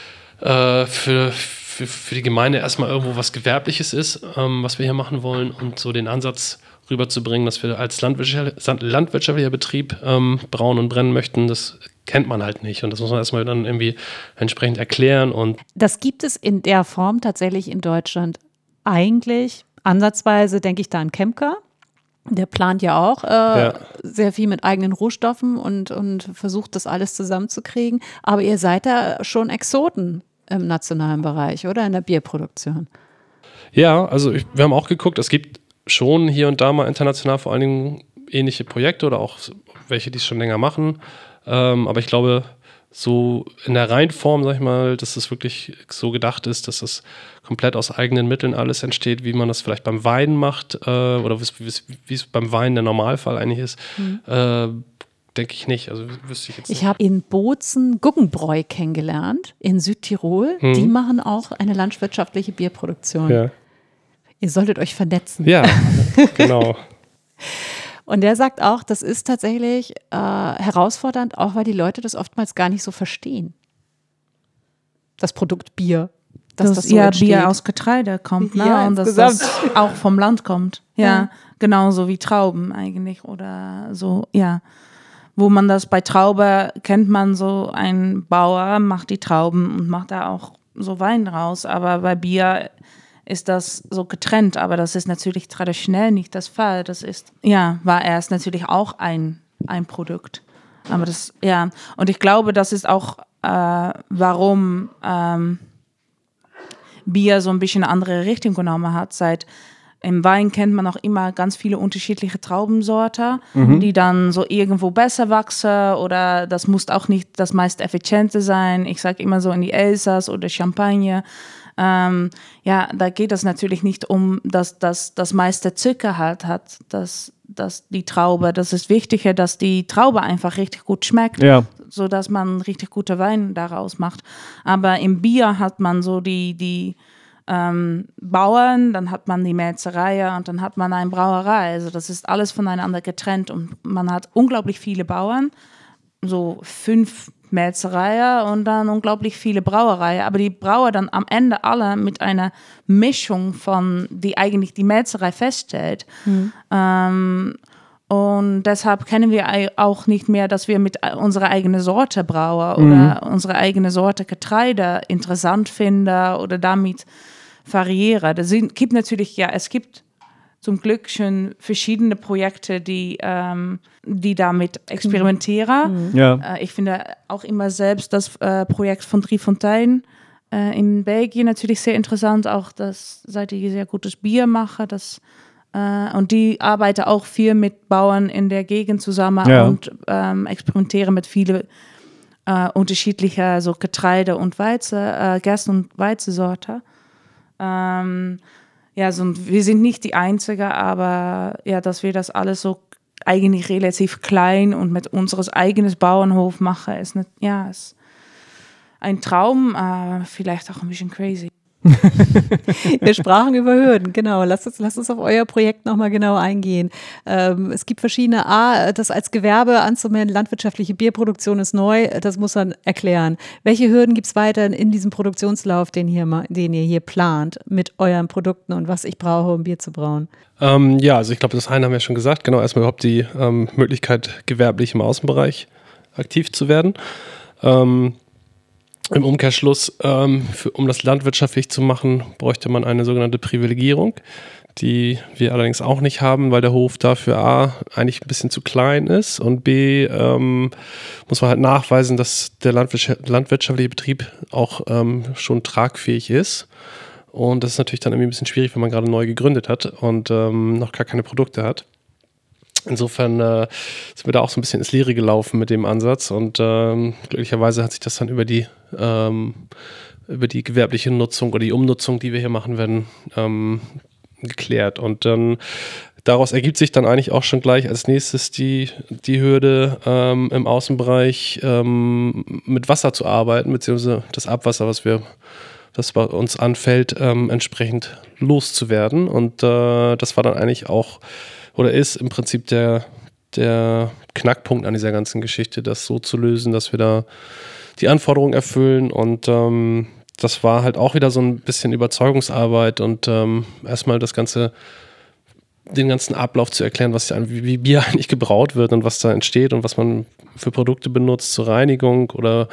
für die Gemeinde erstmal irgendwo was Gewerbliches ist, was wir hier machen wollen und so den Ansatz rüberzubringen, dass wir als landwirtschaftlicher Betrieb brauen und brennen möchten, das kennt man halt nicht und das muss man erstmal dann irgendwie entsprechend erklären. Und das gibt es in der Form tatsächlich in Deutschland eigentlich, ansatzweise denke ich da an Kemker. Der plant ja auch sehr viel mit eigenen Rohstoffen und versucht das alles zusammenzukriegen. Aber ihr seid da schon Exoten im nationalen Bereich, oder? In der Bierproduktion. Ja, also wir haben auch geguckt, es gibt schon hier und da mal international vor allen Dingen ähnliche Projekte oder auch welche, die es schon länger machen. Aber ich glaube, so in der Reihenform, sag ich mal, dass es wirklich so gedacht ist, dass es komplett aus eigenen Mitteln alles entsteht, wie man das vielleicht beim Wein macht oder wie es beim Wein der Normalfall eigentlich ist, denke ich nicht. Also wüsste ich jetzt nicht. Ich habe in Bozen Guggenbräu kennengelernt, in Südtirol. Die machen auch eine landwirtschaftliche Bierproduktion. Ja. Ihr solltet euch vernetzen. Ja, genau. Und der sagt auch, das ist tatsächlich herausfordernd, auch weil die Leute das oftmals gar nicht so verstehen. Das Produkt Bier. Dass das so entsteht. Bier aus Getreide kommt, ne? Ja, und dass das auch vom Land kommt. Ja, genauso wie Trauben eigentlich oder so, ja. Wo man das bei Traube kennt man so, ein Bauer macht die Trauben und macht da auch so Wein raus. Aber bei Bier ist das so getrennt. Aber das ist natürlich traditionell nicht das Fall. War erst natürlich auch ein Produkt. Aber und ich glaube, das ist auch, warum Bier so ein bisschen eine andere Richtung genommen hat. Im Wein kennt man auch immer ganz viele unterschiedliche Traubensorten, die dann so irgendwo besser wachsen oder das muss auch nicht das meist effiziente sein. Ich sage immer so in die Elsass oder Champagne. Da geht es natürlich nicht um, dass das meiste Zucker halt hat, dass die Traube. Das ist wichtiger, dass die Traube einfach richtig gut schmeckt, sodass man richtig gute Wein daraus macht. Aber im Bier hat man so die Bauern, dann hat man die Melzerei und dann hat man eine Brauerei. Also das ist alles voneinander getrennt und man hat unglaublich viele Bauern, so 5 Melzereien und dann unglaublich viele Brauereien. Aber die brauen dann am Ende alle mit einer Mischung von, die eigentlich die Melzerei feststellt. Und deshalb kennen wir auch nicht mehr, dass wir mit unserer eigenen Sorte brauen oder unsere eigene Sorte Getreide interessant finden oder damit variieren. Es gibt zum Glück schon verschiedene Projekte, die damit experimentieren. Ich finde auch immer selbst das Projekt von Driefontein in Belgien natürlich sehr interessant, auch seit die sehr gutes Bier machen. Und die arbeiten auch viel mit Bauern in der Gegend zusammen und experimentieren mit vielen unterschiedlichen so Getreide und Gersten- und Weizensorten. Wir sind nicht die Einzigen, aber dass wir das alles so eigentlich relativ klein und mit unseres eigenen Bauernhof machen, ist ein Traum, vielleicht auch ein bisschen crazy. Wir sprachen über Hürden, genau. Lasst uns auf euer Projekt nochmal genau eingehen. Es gibt verschiedene, das als Gewerbe anzumelden, landwirtschaftliche Bierproduktion ist neu, das muss man erklären. Welche Hürden gibt es weiterhin in diesem Produktionslauf, den ihr hier plant, mit euren Produkten und was ich brauche, um Bier zu brauen? Also ich glaube, das eine haben wir schon gesagt, genau, erstmal überhaupt die Möglichkeit, gewerblich im Außenbereich aktiv zu werden. Im Umkehrschluss, um das landwirtschaftlich zu machen, bräuchte man eine sogenannte Privilegierung, die wir allerdings auch nicht haben, weil der Hof dafür A, eigentlich ein bisschen zu klein ist und B, muss man halt nachweisen, dass der landwirtschaftliche Betrieb auch schon tragfähig ist. Und das ist natürlich dann irgendwie ein bisschen schwierig, wenn man gerade neu gegründet hat und noch gar keine Produkte hat. Insofern sind wir da auch so ein bisschen ins Leere gelaufen mit dem Ansatz und glücklicherweise hat sich das dann über die gewerbliche Nutzung oder die Umnutzung, die wir hier machen werden, geklärt. Und dann daraus ergibt sich dann eigentlich auch schon gleich als nächstes die Hürde, im Außenbereich mit Wasser zu arbeiten, beziehungsweise das Abwasser, das bei uns anfällt, entsprechend loszuwerden. Und das war dann eigentlich auch oder ist im Prinzip der Knackpunkt an dieser ganzen Geschichte, das so zu lösen, dass wir da die Anforderungen erfüllen. Und das war halt auch wieder so ein bisschen Überzeugungsarbeit und erstmal den ganzen Ablauf zu erklären, wie Bier eigentlich gebraut wird und was da entsteht und was man für Produkte benutzt zur Reinigung oder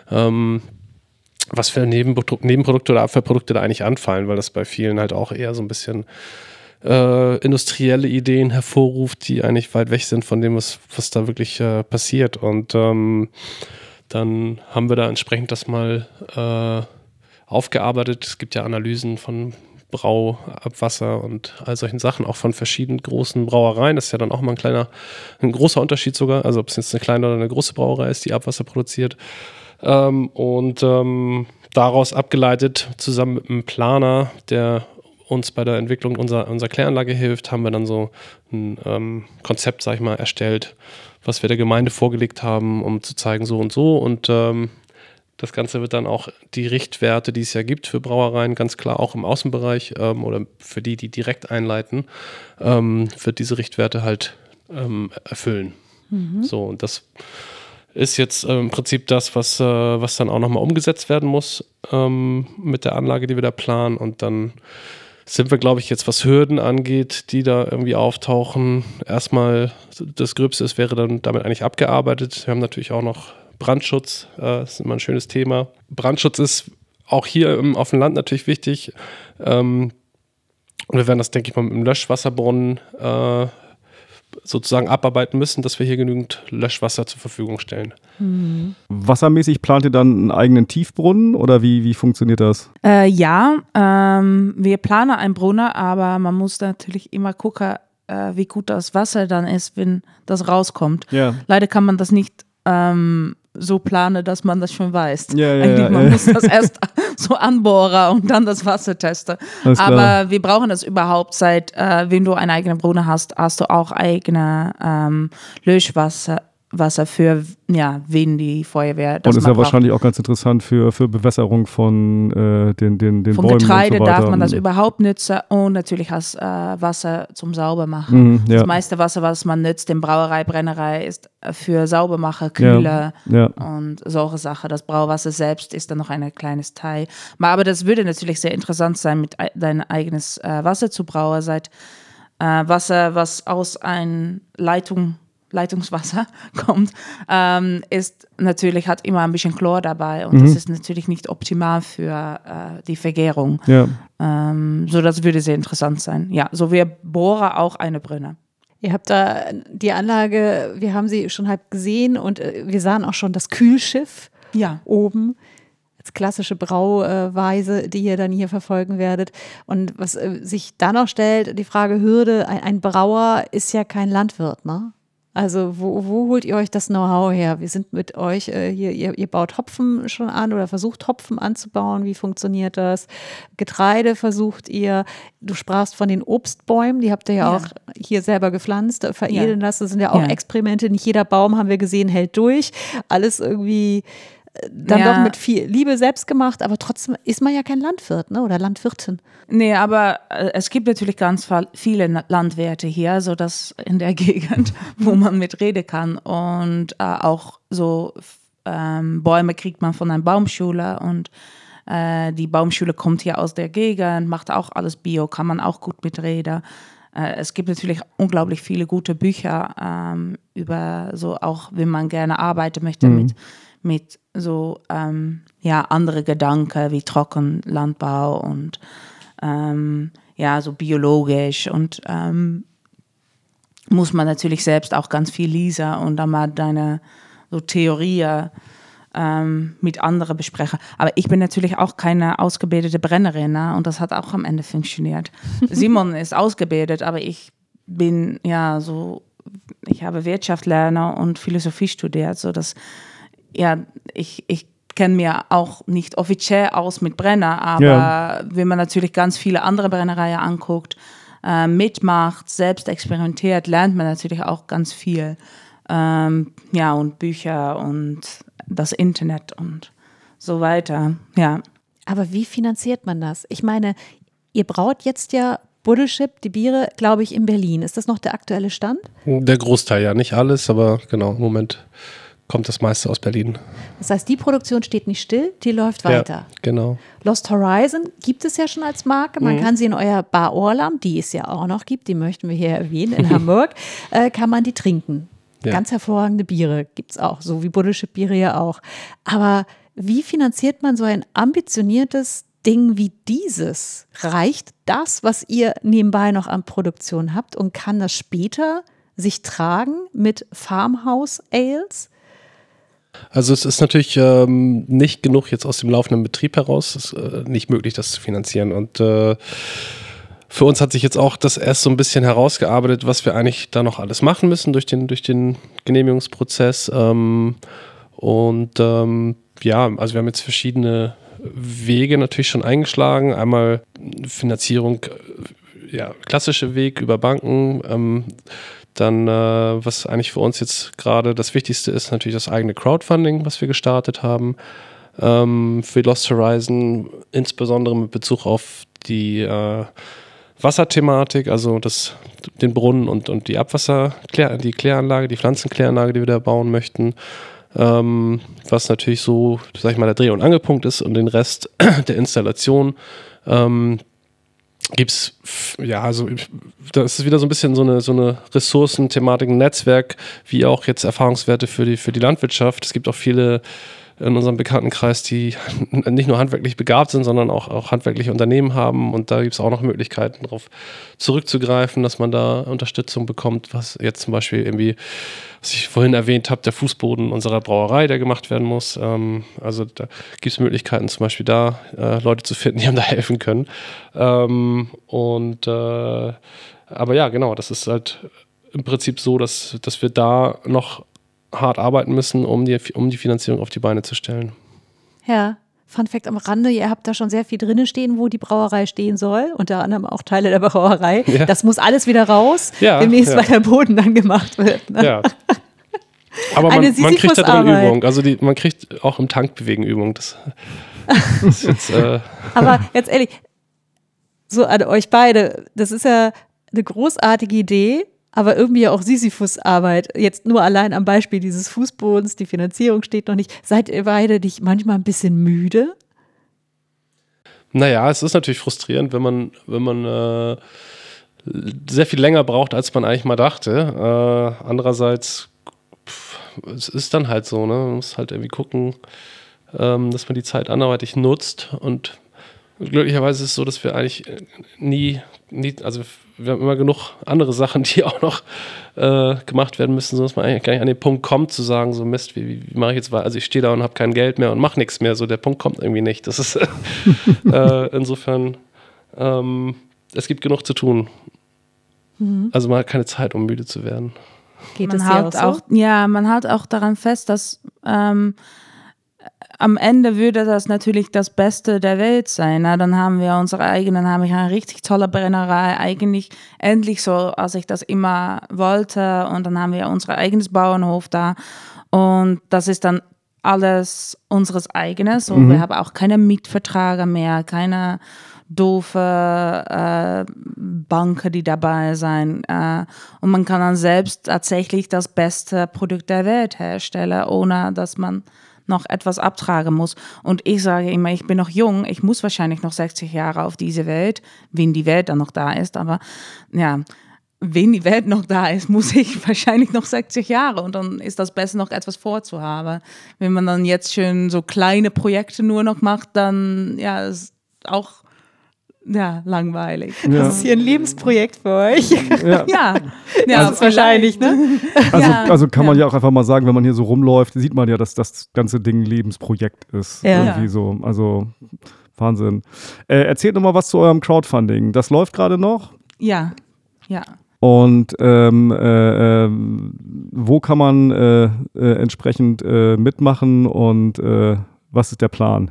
was für Nebenprodukte oder Abfallprodukte da eigentlich anfallen, weil das bei vielen halt auch eher so ein bisschen industrielle Ideen hervorruft, die eigentlich weit weg sind von dem, was da wirklich passiert. Und dann haben wir da entsprechend das mal aufgearbeitet. Es gibt ja Analysen von Brauabwasser und all solchen Sachen, auch von verschiedenen großen Brauereien. Das ist ja dann auch mal ein großer Unterschied sogar, also ob es jetzt eine kleine oder eine große Brauerei ist, die Abwasser produziert. Daraus abgeleitet, zusammen mit einem Planer, der uns bei der Entwicklung unserer Kläranlage hilft, haben wir dann so ein Konzept, sag ich mal, erstellt, was wir der Gemeinde vorgelegt haben, um zu zeigen, so und so. Und das Ganze wird dann auch die Richtwerte, die es ja gibt für Brauereien, ganz klar auch im Außenbereich oder für die direkt einleiten, wird diese Richtwerte halt erfüllen. So, und das ist jetzt im Prinzip das, was dann auch nochmal umgesetzt werden muss mit der Anlage, die wir da planen. Und dann sind wir, glaube ich, jetzt, was Hürden angeht, die da irgendwie auftauchen. Erstmal, das Gröbste wäre dann damit eigentlich abgearbeitet. Wir haben natürlich auch noch Brandschutz, das ist immer ein schönes Thema. Brandschutz ist auch hier auf dem Land natürlich wichtig. Und wir werden das, denke ich mal, mit dem Löschwasserbrunnen sozusagen abarbeiten müssen, dass wir hier genügend Löschwasser zur Verfügung stellen. Wassermäßig plant ihr dann einen eigenen Tiefbrunnen oder wie funktioniert das? Wir planen einen Brunnen, aber man muss natürlich immer gucken, wie gut das Wasser dann ist, wenn das rauskommt. Ja. Leider kann man das nicht so planen, dass man das schon weiß. Ja, man muss das erst so anbohren und dann das Wasser testen. Alles klar. Aber wir brauchen das überhaupt wenn du einen eigenen Brunnen hast du auch eigene Löschwasser für, wen die Feuerwehr das Und ist mal ja braucht. wahrscheinlich auch ganz interessant für Bewässerung von den Bäumen Von und Getreide so weiter. darf man das überhaupt nutzen und natürlich hast Wasser zum Saubermachen. Ja. Das meiste Wasser, was man nutzt in Brauerei, Brennerei, ist für Saubermachen, Kühler und solche Sachen. Das Brauwasser selbst ist dann noch ein kleines Teil. Aber das würde natürlich sehr interessant sein, mit dein eigenes Wasser zu brauen. Wasser, was aus einer Leitungswasser kommt, hat immer ein bisschen Chlor dabei und das ist natürlich nicht optimal für die Vergärung. Ja. So, das würde sehr interessant sein. Ja, so wir bohren auch eine Brunne. Ihr habt da die Anlage, wir haben sie schon halb gesehen und wir sahen auch schon das Kühlschiff oben. Als klassische Brauweise, die ihr dann hier verfolgen werdet. Und was sich dann noch stellt, die Frage Hürde, ein Brauer ist ja kein Landwirt, ne? Also wo holt ihr euch das Know-how her? Wir sind mit euch hier, ihr baut Hopfen schon an oder versucht Hopfen anzubauen. Wie funktioniert das? Getreide versucht ihr. Du sprachst von den Obstbäumen, die habt ihr ja auch hier selber gepflanzt, veredeln lassen. Das sind ja auch Experimente. Nicht jeder Baum, haben wir gesehen, hält durch. Alles irgendwie dann doch mit viel Liebe selbst gemacht, aber trotzdem ist man ja kein Landwirt, ne? Oder Landwirtin. Nee, aber es gibt natürlich ganz viele Landwirte hier, so dass in der Gegend, wo man mit reden kann und auch so Bäume kriegt man von einer Baumschule und die Baumschule kommt hier aus der Gegend, macht auch alles Bio, kann man auch gut mitreden. Es gibt natürlich unglaublich viele gute Bücher über so, auch wenn man gerne arbeiten möchte mit so andere Gedanken wie Trockenlandbau und so biologisch und muss man natürlich selbst auch ganz viel lesen und dann mal deine so Theorien mit anderen besprechen. Aber ich bin natürlich auch keine ausgebildete Brennerin, ne? Und das hat auch am Ende funktioniert. Simon ist ausgebildet, aber ich bin ich habe Wirtschaft lernen und Philosophie studiert, so dass ich kenne mir auch nicht offiziell aus mit Brenner, aber wenn man natürlich ganz viele andere Brennereien anguckt, mitmacht, selbst experimentiert, lernt man natürlich auch ganz viel. Und Bücher und das Internet und so weiter, ja. Aber wie finanziert man das? Ich meine, ihr braut jetzt ja Buddleschip, die Biere, glaube ich, in Berlin. Ist das noch der aktuelle Stand? Der Großteil, ja, nicht alles, aber genau, im Moment kommt das meiste aus Berlin. Das heißt, die Produktion steht nicht still, die läuft weiter. Ja, genau. Lost Horizon gibt es ja schon als Marke. Man kann sie in euer Bar Orlam, die es ja auch noch gibt, die möchten wir hier erwähnen, in Hamburg, kann man die trinken. Ja. Ganz hervorragende Biere gibt es auch, so wie Buddleschip-Biere ja auch. Aber wie finanziert man so ein ambitioniertes Ding wie dieses? Reicht das, was ihr nebenbei noch an Produktion habt und kann das später sich tragen mit Farmhouse-Ales? Also es ist natürlich nicht genug jetzt aus dem laufenden Betrieb heraus. Es ist nicht möglich, das zu finanzieren. Und für uns hat sich jetzt auch das erst so ein bisschen herausgearbeitet, was wir eigentlich da noch alles machen müssen durch den Genehmigungsprozess. Also wir haben jetzt verschiedene Wege natürlich schon eingeschlagen. Einmal Finanzierung, klassische Weg über Banken. Dann, was eigentlich für uns jetzt gerade das Wichtigste ist, natürlich das eigene Crowdfunding, was wir gestartet haben. Für Lost Horizon, insbesondere mit Bezug auf die Wasserthematik, also den Brunnen und die die Kläranlage, die Pflanzenkläranlage, die wir da bauen möchten. Was natürlich so, sag ich mal, der Dreh- und Angelpunkt ist und den Rest der Installation gibt's, das ist wieder so ein bisschen so eine Ressourcenthematik, ein Netzwerk, wie auch jetzt Erfahrungswerte für die Landwirtschaft. Es gibt auch viele in unserem Bekanntenkreis, die nicht nur handwerklich begabt sind, sondern auch handwerkliche Unternehmen haben. Und da gibt es auch noch Möglichkeiten, darauf zurückzugreifen, dass man da Unterstützung bekommt, was jetzt zum Beispiel irgendwie, was ich vorhin erwähnt habe, der Fußboden unserer Brauerei, der gemacht werden muss. Also da gibt es Möglichkeiten, zum Beispiel da Leute zu finden, die einem da helfen können. Aber ja, genau, das ist halt im Prinzip so, dass wir da noch hart arbeiten müssen, um die Finanzierung auf die Beine zu stellen. Ja, Fun Fact am Rande, ihr habt da schon sehr viel drin stehen, wo die Brauerei stehen soll, unter anderem auch Teile der Brauerei. Ja. Das muss alles wieder raus, demnächst, weil der Boden dann gemacht wird. Ne? Ja. Aber man kriegt da drin Übung, also man kriegt auch im Tankbewegen Übung. Das ist jetzt, Aber jetzt ehrlich, so an euch beide, das ist ja eine großartige Idee, aber irgendwie auch Sisyphus-Arbeit. Jetzt nur allein am Beispiel dieses Fußbodens, die Finanzierung steht noch nicht. Seid ihr beide nicht manchmal ein bisschen müde? Naja, es ist natürlich frustrierend, wenn man sehr viel länger braucht, als man eigentlich mal dachte. Andererseits, es ist dann halt so, ne? Man muss halt irgendwie gucken, dass man die Zeit anderweitig nutzt. Und glücklicherweise ist es so, dass wir eigentlich nie, also wir haben immer genug andere Sachen, die auch noch gemacht werden müssen, sodass man eigentlich gar nicht an den Punkt kommt, zu sagen, so Mist, wie mache ich jetzt weiter? Also ich stehe da und habe kein Geld mehr und mache nichts mehr. So der Punkt kommt irgendwie nicht. Das ist insofern, es gibt genug zu tun. Mhm. Also man hat keine Zeit, um müde zu werden. Geht man hält auch, man hält auch daran fest, dass am Ende würde das natürlich das Beste der Welt sein. Na, dann haben wir eine richtig tolle Brennerei, eigentlich endlich so, als ich das immer wollte. Und dann haben wir unser eigenes Bauernhof da. Und das ist dann alles unseres Eigenes. Und wir haben auch keine Mietverträge mehr, keine doofe Banken, die dabei sein. Und man kann dann selbst tatsächlich das beste Produkt der Welt herstellen, ohne dass man noch etwas abtragen muss. Und ich sage immer, ich bin noch jung, ich muss wahrscheinlich noch 60 Jahre auf diese Welt, wenn die Welt dann noch da ist. Aber ja, wenn die Welt noch da ist, muss ich wahrscheinlich noch 60 Jahre. Und dann ist das besser, noch etwas vorzuhaben. Wenn man dann jetzt schon so kleine Projekte nur noch macht, dann ja, ist auch langweilig. Ja. Das ist hier ein Lebensprojekt für euch. Ja, das ist wahrscheinlich, ne? Also kann man ja auch einfach mal sagen, wenn man hier so rumläuft, sieht man ja, dass das ganze Ding ein Lebensprojekt ist. Ja. Irgendwie so, also Wahnsinn. Erzählt nochmal was zu eurem Crowdfunding. Das läuft gerade noch? Ja. Und wo kann man entsprechend mitmachen und was ist der Plan?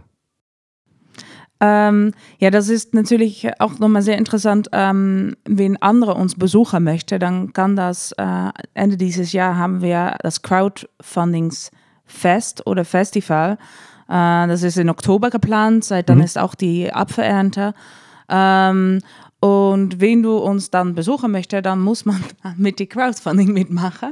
Das ist natürlich auch nochmal sehr interessant, wenn andere uns besuchen möchte, dann kann das Ende dieses Jahr haben wir das Crowdfundingsfest oder Festival. Das ist in Oktober geplant, seit dann ist auch die Apfelernte. Und wenn du uns dann besuchen möchtest, dann muss man mit dem Crowdfunding mitmachen.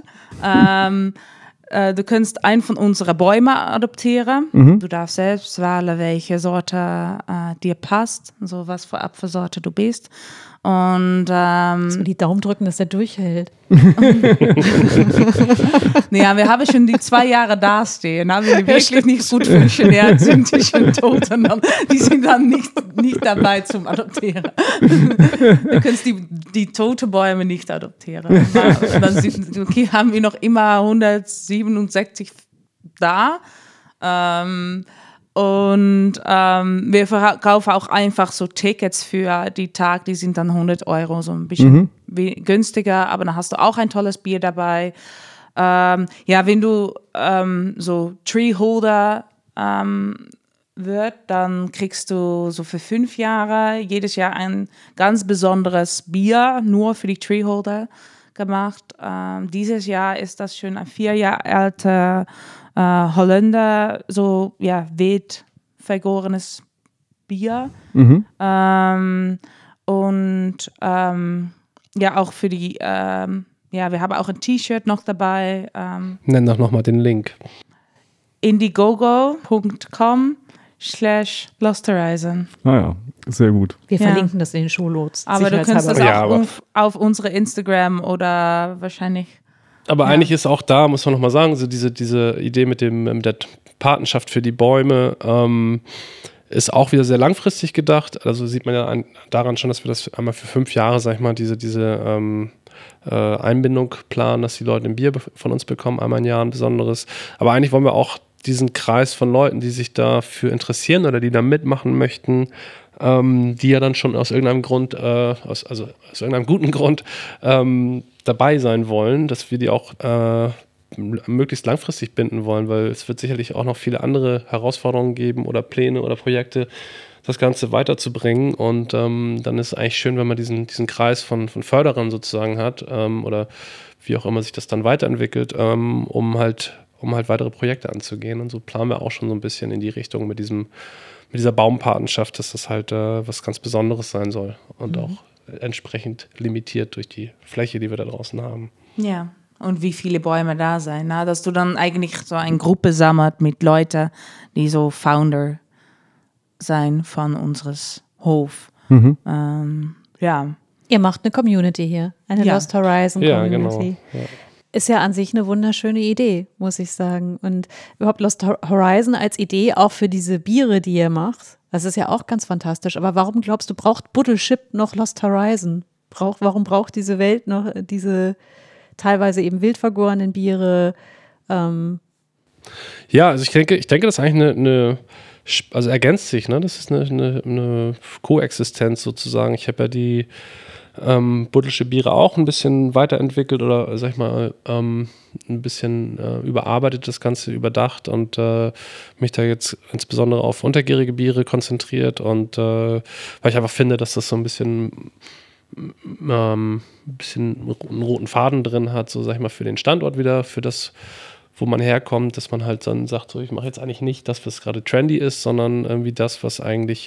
Du kannst einen von unseren Bäumen adoptieren. Du darfst selbst wählen, welche Sorte dir passt, so was für Apfelsorte du bist. Und so die Daumen drücken, dass der durchhält. Ja, wir haben schon die 2 Jahre dastehen. Wenn die wirklich nicht gut funktioniert, sind die schon tot und die sind dann nicht dabei zum Adoptieren. Du kannst die toten Bäume nicht adoptieren. Und dann haben wir noch immer 167 da. Wir verkaufen auch einfach so Tickets für die Tag, die sind dann 100 €, so ein bisschen günstiger, aber dann hast du auch ein tolles Bier dabei. Wenn du so Treeholder wird, dann kriegst du so für 5 Jahre jedes Jahr ein ganz besonderes Bier, nur für die Treeholder gemacht. Dieses Jahr ist das schon ein 4 Jahre alter Holländer, so wild vergorenes Bier. Auch für die, wir haben auch ein T-Shirt noch dabei. Nenn doch nochmal den Link. Indiegogo.com/Lost Horizon. Ja, sehr gut. Wir verlinken das in den Shownotes. Aber du kannst das auch auf unsere Instagram oder wahrscheinlich. Aber eigentlich ist auch da, muss man nochmal sagen, so diese Idee mit der Patenschaft für die Bäume ist auch wieder sehr langfristig gedacht. Also sieht man ja daran schon, dass wir das einmal für 5 Jahre, sag ich mal, diese Einbindung planen, dass die Leute ein Bier von uns bekommen, einmal im Jahr ein besonderes. Aber eigentlich wollen wir auch diesen Kreis von Leuten, die sich dafür interessieren oder die da mitmachen möchten, die ja dann schon aus irgendeinem Grund, aus irgendeinem guten Grund dabei sein wollen, dass wir die auch möglichst langfristig binden wollen, weil es wird sicherlich auch noch viele andere Herausforderungen geben oder Pläne oder Projekte, das Ganze weiterzubringen. Und dann ist es eigentlich schön, wenn man diesen Kreis von Förderern sozusagen hat oder wie auch immer sich das dann weiterentwickelt, um halt weitere Projekte anzugehen. Und so planen wir auch schon so ein bisschen in die Richtung mit dieser Baumpatenschaft, dass das halt was ganz Besonderes sein soll und auch entsprechend limitiert durch die Fläche, die wir da draußen haben. Ja, und wie viele Bäume da sein, na? Dass du dann eigentlich so eine Gruppe sammelt mit Leuten, die so Founder sein von unseres Hof. Ja. Ihr macht eine Community hier, eine Lost Horizon Community. Ja, genau. Ja. Ist ja an sich eine wunderschöne Idee, muss ich sagen. Und überhaupt Lost Horizon als Idee auch für diese Biere, die ihr macht, das ist ja auch ganz fantastisch. Aber warum glaubst du, braucht Buttleship noch Lost Horizon? Warum braucht diese Welt noch diese teilweise eben wild vergorenen Biere? Ja, also ich denke, das ist eigentlich also ergänzt sich, ne? Das ist eine Koexistenz sozusagen. Ich habe ja die Buddelsche Biere auch ein bisschen weiterentwickelt oder, sag ich mal, ein bisschen überarbeitet, das Ganze überdacht und mich da jetzt insbesondere auf untergärige Biere konzentriert und weil ich einfach finde, dass das so ein bisschen einen roten Faden drin hat, so sag ich mal, für den Standort wieder, für das, wo man herkommt, dass man halt dann sagt, so, ich mache jetzt eigentlich nicht das, was gerade trendy ist, sondern irgendwie das, was eigentlich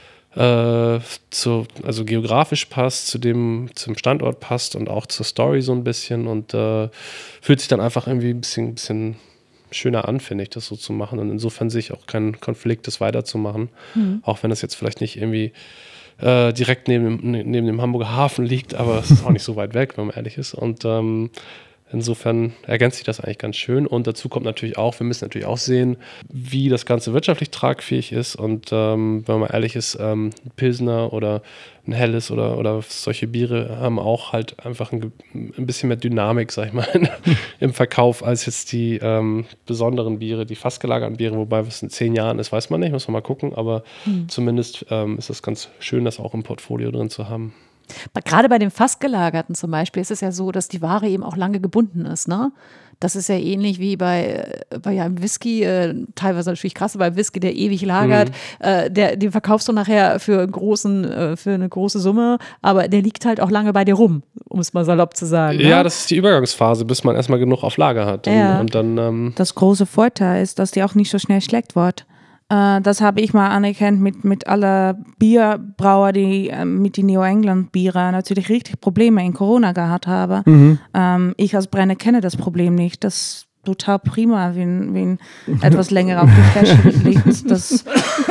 also geografisch passt, zum Standort passt und auch zur Story so ein bisschen und fühlt sich dann einfach irgendwie ein bisschen schöner an, finde ich, das so zu machen. Und insofern sehe ich auch keinen Konflikt, das weiterzumachen, auch wenn das jetzt vielleicht nicht irgendwie direkt neben dem Hamburger Hafen liegt, aber es ist auch nicht so weit weg, wenn man ehrlich ist. Und insofern ergänzt sich das eigentlich ganz schön. Und dazu kommt natürlich auch, wir müssen natürlich auch sehen, wie das Ganze wirtschaftlich tragfähig ist. Und wenn man ehrlich ist, ein Pilsner oder ein Helles oder solche Biere haben auch halt einfach ein bisschen mehr Dynamik, sag ich mal, im Verkauf als jetzt die besonderen Biere, die fast gelagerten Biere, wobei was in 10 Jahren ist, weiß man nicht, muss man mal gucken. Aber zumindest ist es ganz schön, das auch im Portfolio drin zu haben. Gerade bei den Fassgelagerten zum Beispiel ist es ja so, dass die Ware eben auch lange gebunden ist, ne? Das ist ja ähnlich wie bei einem Whisky, teilweise natürlich krass, bei Whisky, der ewig lagert, den verkaufst du nachher für eine große Summe, aber der liegt halt auch lange bei dir rum, um es mal salopp zu sagen. Ja, ne? das ist die Übergangsphase, bis man erstmal genug auf Lager hat. Ja. Und dann Das große Vorteil ist, dass die auch nicht so schnell schlecht wird. Das habe ich mal anerkannt mit aller Bierbrauer, die mit den New England Biere natürlich richtig Probleme in Corona gehabt haben. Ich als Brenner kenne das Problem nicht. Das ist total prima, wenn etwas länger auf die Flasche liegt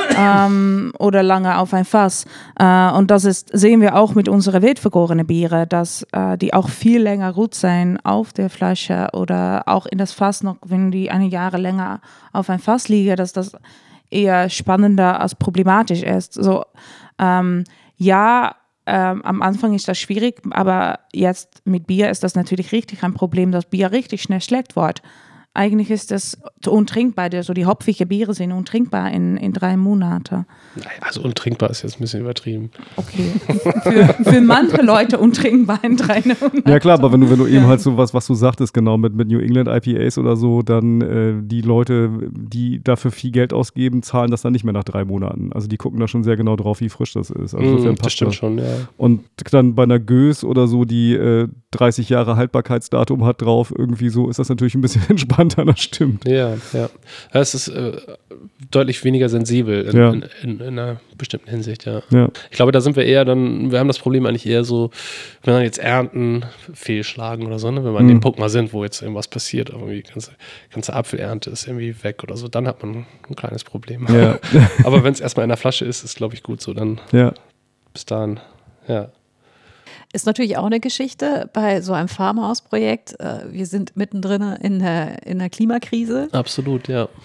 oder lange auf ein Fass. Und sehen wir auch mit unseren wildvergorenen Biere, dass die auch viel länger gut sein auf der Flasche oder auch in das Fass noch, wenn die 1 Jahre länger auf ein Fass liegen, dass das eher spannender als problematisch ist. So, am Anfang ist das schwierig, aber jetzt mit Bier ist das natürlich richtig ein Problem, dass Bier richtig schnell schlecht wird. Eigentlich ist das untrinkbar. Die hopfigen Biere sind untrinkbar in 3 Monaten. Also untrinkbar ist jetzt ein bisschen übertrieben. Okay. Für manche Leute untrinkbar in 3 Monaten. Ja klar, aber wenn du eben halt so was du sagtest, genau, mit New England IPAs oder so, dann die Leute, die dafür viel Geld ausgeben, zahlen das dann nicht mehr nach 3 Monaten. Also die gucken da schon sehr genau drauf, wie frisch das ist. Also das stimmt schon, ja. Und dann bei einer Gös oder so, die 30 Jahre Haltbarkeitsdatum hat drauf, irgendwie so, ist das natürlich ein bisschen entspannter, das stimmt. Ja. Es ist deutlich weniger sensibel in einer bestimmten Hinsicht, ja. Ich glaube, da sind wir eher wir haben das Problem eigentlich eher so, wenn dann jetzt Ernten fehlschlagen oder so, ne? Wenn wir an dem Punkt mal sind, wo jetzt irgendwas passiert, irgendwie ganze Apfelernte ist irgendwie weg oder so, dann hat man ein kleines Problem. Ja. Aber wenn es erstmal in der Flasche ist glaube ich gut so, dann bis dahin, ja. Ist natürlich auch eine Geschichte bei so einem Farmhaus-Projekt. Wir sind mittendrin in der Klimakrise. Absolut, ja.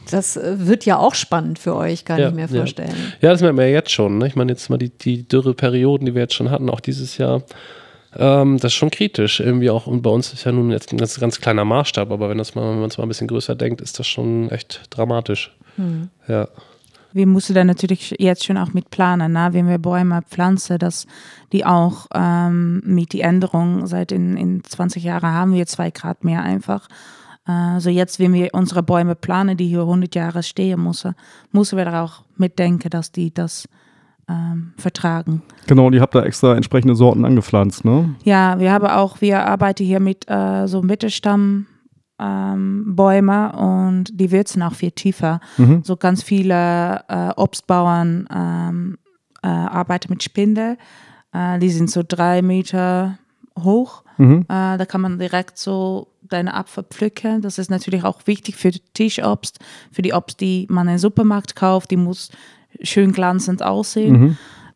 Das wird ja auch spannend für euch, kann ich mir vorstellen. Ja, das merkt man ja jetzt schon. Ne? Ich meine, jetzt mal die Dürreperioden, die wir jetzt schon hatten, auch dieses Jahr, das ist schon kritisch. Irgendwie auch, und bei uns ist ja nun jetzt ein ganz kleiner Maßstab, aber wenn man es mal ein bisschen größer denkt, ist das schon echt dramatisch. Ja. Wir müssen da natürlich jetzt schon auch mit planen, ne? Wenn wir Bäume pflanzen, dass die auch mit die Änderung seit in 20 Jahren haben wir 2 Grad mehr einfach. So jetzt, wenn wir unsere Bäume planen, die hier 100 Jahre stehen müssen wir auch mitdenken, dass die das vertragen. Genau, und ihr habt da extra entsprechende Sorten angepflanzt, ne? Ja, wir arbeiten hier mit so Mittelstamm Bäume und die würzen auch viel tiefer. So ganz viele Obstbauern arbeiten mit Spindel. Die sind so 3 Meter hoch. Da kann man direkt so deine Apfel pflücken. Das ist natürlich auch wichtig für Tischobst, für die Obst, die man im Supermarkt kauft. Die muss schön glanzend aussehen.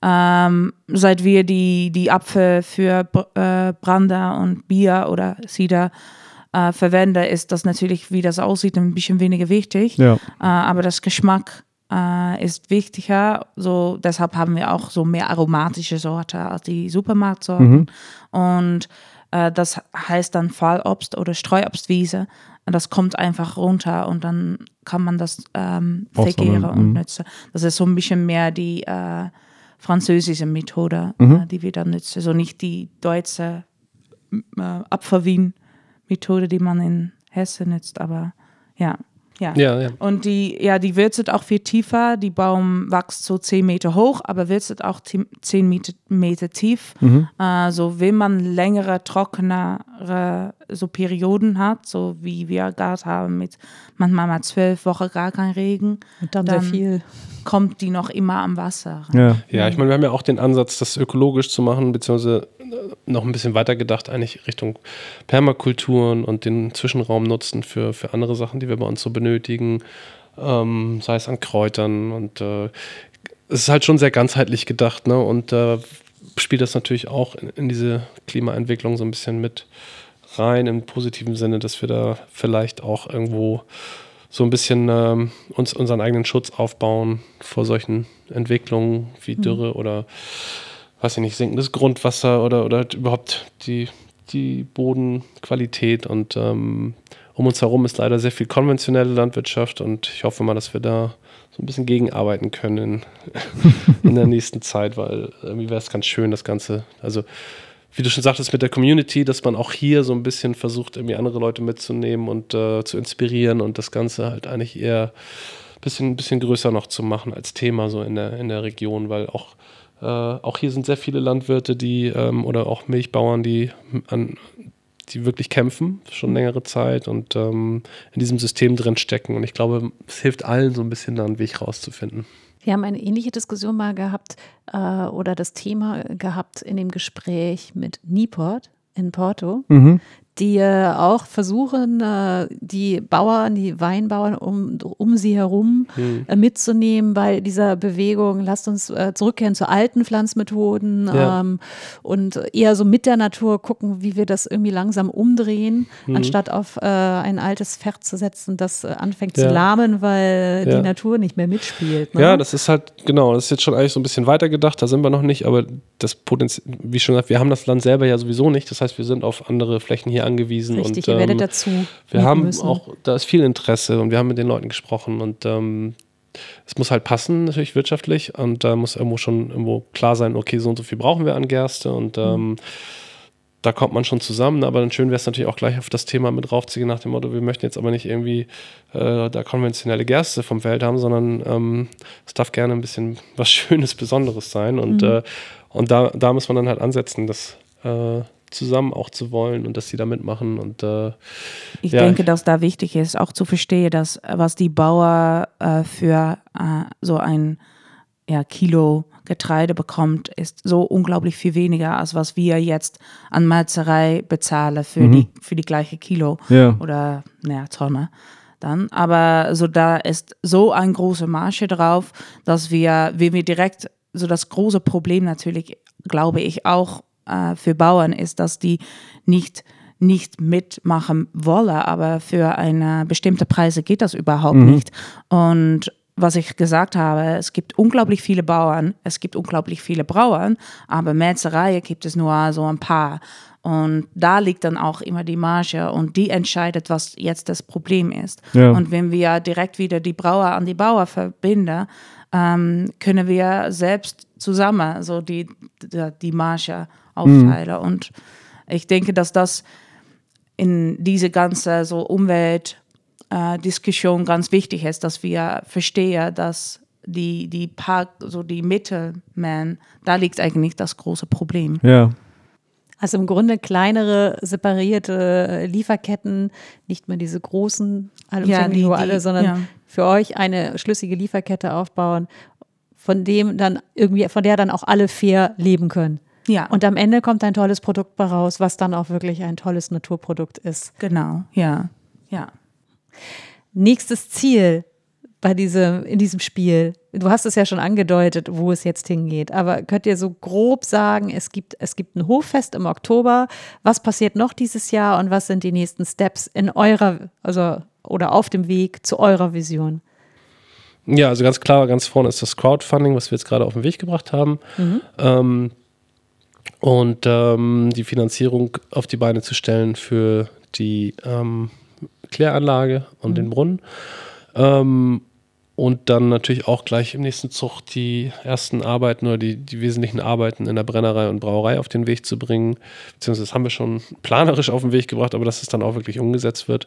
Seit wir die Apfel für Brander und Bier oder Cider verwende, ist das natürlich, wie das aussieht, ein bisschen weniger wichtig. Ja. Aber das Geschmack ist wichtiger. So, deshalb haben wir auch so mehr aromatische Sorten als die Supermarktsorten. Und das heißt dann Fallobst oder Streuobstwiese. Das kommt einfach runter und dann kann man das verkehren und nutzen. Das ist so ein bisschen mehr die französische Methode, die wir dann nutzen. So nicht die deutsche Apfelwein-Methode, die man in Hessen nutzt, aber ja. Und die würzet auch viel tiefer. Die Baum wächst so 10 Meter hoch, aber würzet auch 10 Meter tief. So wenn man längere, trockenere so Perioden hat, so wie wir gerade haben, mit manchmal mal 12 Wochen gar kein Regen. Und dann sehr viel. Kommt die noch immer am Wasser. Ja, ich meine, wir haben ja auch den Ansatz, das ökologisch zu machen, beziehungsweise noch ein bisschen weiter gedacht, eigentlich Richtung Permakulturen und den Zwischenraum nutzen für andere Sachen, die wir bei uns so benötigen, sei es an Kräutern. Und es ist halt schon sehr ganzheitlich gedacht, ne? Und spielt das natürlich auch in diese Klimaentwicklung so ein bisschen mit rein, im positiven Sinne, dass wir da vielleicht auch irgendwo so ein bisschen uns unseren eigenen Schutz aufbauen vor solchen Entwicklungen wie Dürre oder, weiß ich nicht, sinkendes Grundwasser oder überhaupt die Bodenqualität. Und um uns herum ist leider sehr viel konventionelle Landwirtschaft und ich hoffe mal, dass wir da so ein bisschen gegenarbeiten können in der nächsten Zeit, weil irgendwie wäre es ganz schön, das Ganze, also wie du schon sagtest, mit der Community, dass man auch hier so ein bisschen versucht, irgendwie andere Leute mitzunehmen und zu inspirieren und das Ganze halt eigentlich eher ein bisschen größer noch zu machen als Thema so in der Region, weil auch hier sind sehr viele Landwirte, die oder auch Milchbauern, die wirklich kämpfen, schon längere Zeit und in diesem System drin stecken. Und ich glaube, es hilft allen so ein bisschen da einen Weg rauszufinden. Wir haben eine ähnliche Diskussion mal gehabt oder das Thema gehabt in dem Gespräch mit Nieport in Porto, die auch versuchen, die Bauern, die Weinbauern um sie herum mitzunehmen bei dieser Bewegung, lasst uns zurückkehren zu alten Pflanzmethoden und eher so mit der Natur gucken, wie wir das irgendwie langsam umdrehen, anstatt auf ein altes Pferd zu setzen, das anfängt zu lahmen, weil die Natur nicht mehr mitspielt. Ne? Ja, das ist halt, genau, das ist jetzt schon eigentlich so ein bisschen weiter gedacht, da sind wir noch nicht, aber das Potenzial, wie schon gesagt, wir haben das Land selber ja sowieso nicht, das heißt, wir sind auf andere Flächen hier angewiesen. Richtig, und ihr werdet dazu. Wir haben müssen. auch, da ist viel Interesse und wir haben mit den Leuten gesprochen und es muss halt passen, natürlich wirtschaftlich und da muss irgendwo klar sein, okay, so und so viel brauchen wir an Gerste und da kommt man schon zusammen, aber dann schön wäre es natürlich auch gleich auf das Thema mit raufziehen nach dem Motto, wir möchten jetzt aber nicht irgendwie da konventionelle Gerste vom Feld haben, sondern es darf gerne ein bisschen was Schönes, Besonderes sein und da muss man dann halt ansetzen, das zusammen auch zu wollen und dass sie da mitmachen. Und, ich denke, dass da wichtig ist, auch zu verstehen, dass was die Bauer für so ein Kilo Getreide bekommt, ist so unglaublich viel weniger, als was wir jetzt an Malzerei bezahlen für die gleiche Kilo oder Tonne. Dann. Aber so da ist so eine große Marge drauf, dass wir direkt, so das große Problem natürlich, glaube ich, auch für Bauern ist, dass die nicht nicht mitmachen wolle, aber für eine bestimmte Preise geht das überhaupt nicht. Und was ich gesagt habe, es gibt unglaublich viele Bauern, es gibt unglaublich viele Brauern, aber Metzgerei gibt es nur so ein paar. Und da liegt dann auch immer die Marge und die entscheidet, was jetzt das Problem ist. Ja. Und wenn wir direkt wieder die Brauer an die Bauer verbinden, können wir selbst zusammen so die Marge aufteilen. Und ich denke, dass das in diese ganze so Umweltdiskussion ganz wichtig ist, dass wir verstehen, dass die Mittelmen, da liegt eigentlich das große Problem. Ja. Also im Grunde kleinere, separierte Lieferketten, nicht mehr diese großen, allumfänglich nur alle, sondern für euch eine schlüssige Lieferkette aufbauen, von der dann auch alle fair leben können. Ja. Und am Ende kommt ein tolles Produkt raus, was dann auch wirklich ein tolles Naturprodukt ist. Genau, ja. Nächstes Ziel in diesem Spiel. Du hast es ja schon angedeutet, wo es jetzt hingeht. Aber könnt ihr so grob sagen, es gibt ein Hoffest im Oktober. Was passiert noch dieses Jahr und was sind die nächsten Steps oder auf dem Weg zu eurer Vision? Ja, also ganz klar, ganz vorne ist das Crowdfunding, was wir jetzt gerade auf den Weg gebracht haben. Und die Finanzierung auf die Beine zu stellen für die Kläranlage und den Brunnen. Und dann natürlich auch gleich im nächsten Zug die ersten Arbeiten oder die wesentlichen Arbeiten in der Brennerei und Brauerei auf den Weg zu bringen. Beziehungsweise das haben wir schon planerisch auf den Weg gebracht, aber dass es dann auch wirklich umgesetzt wird.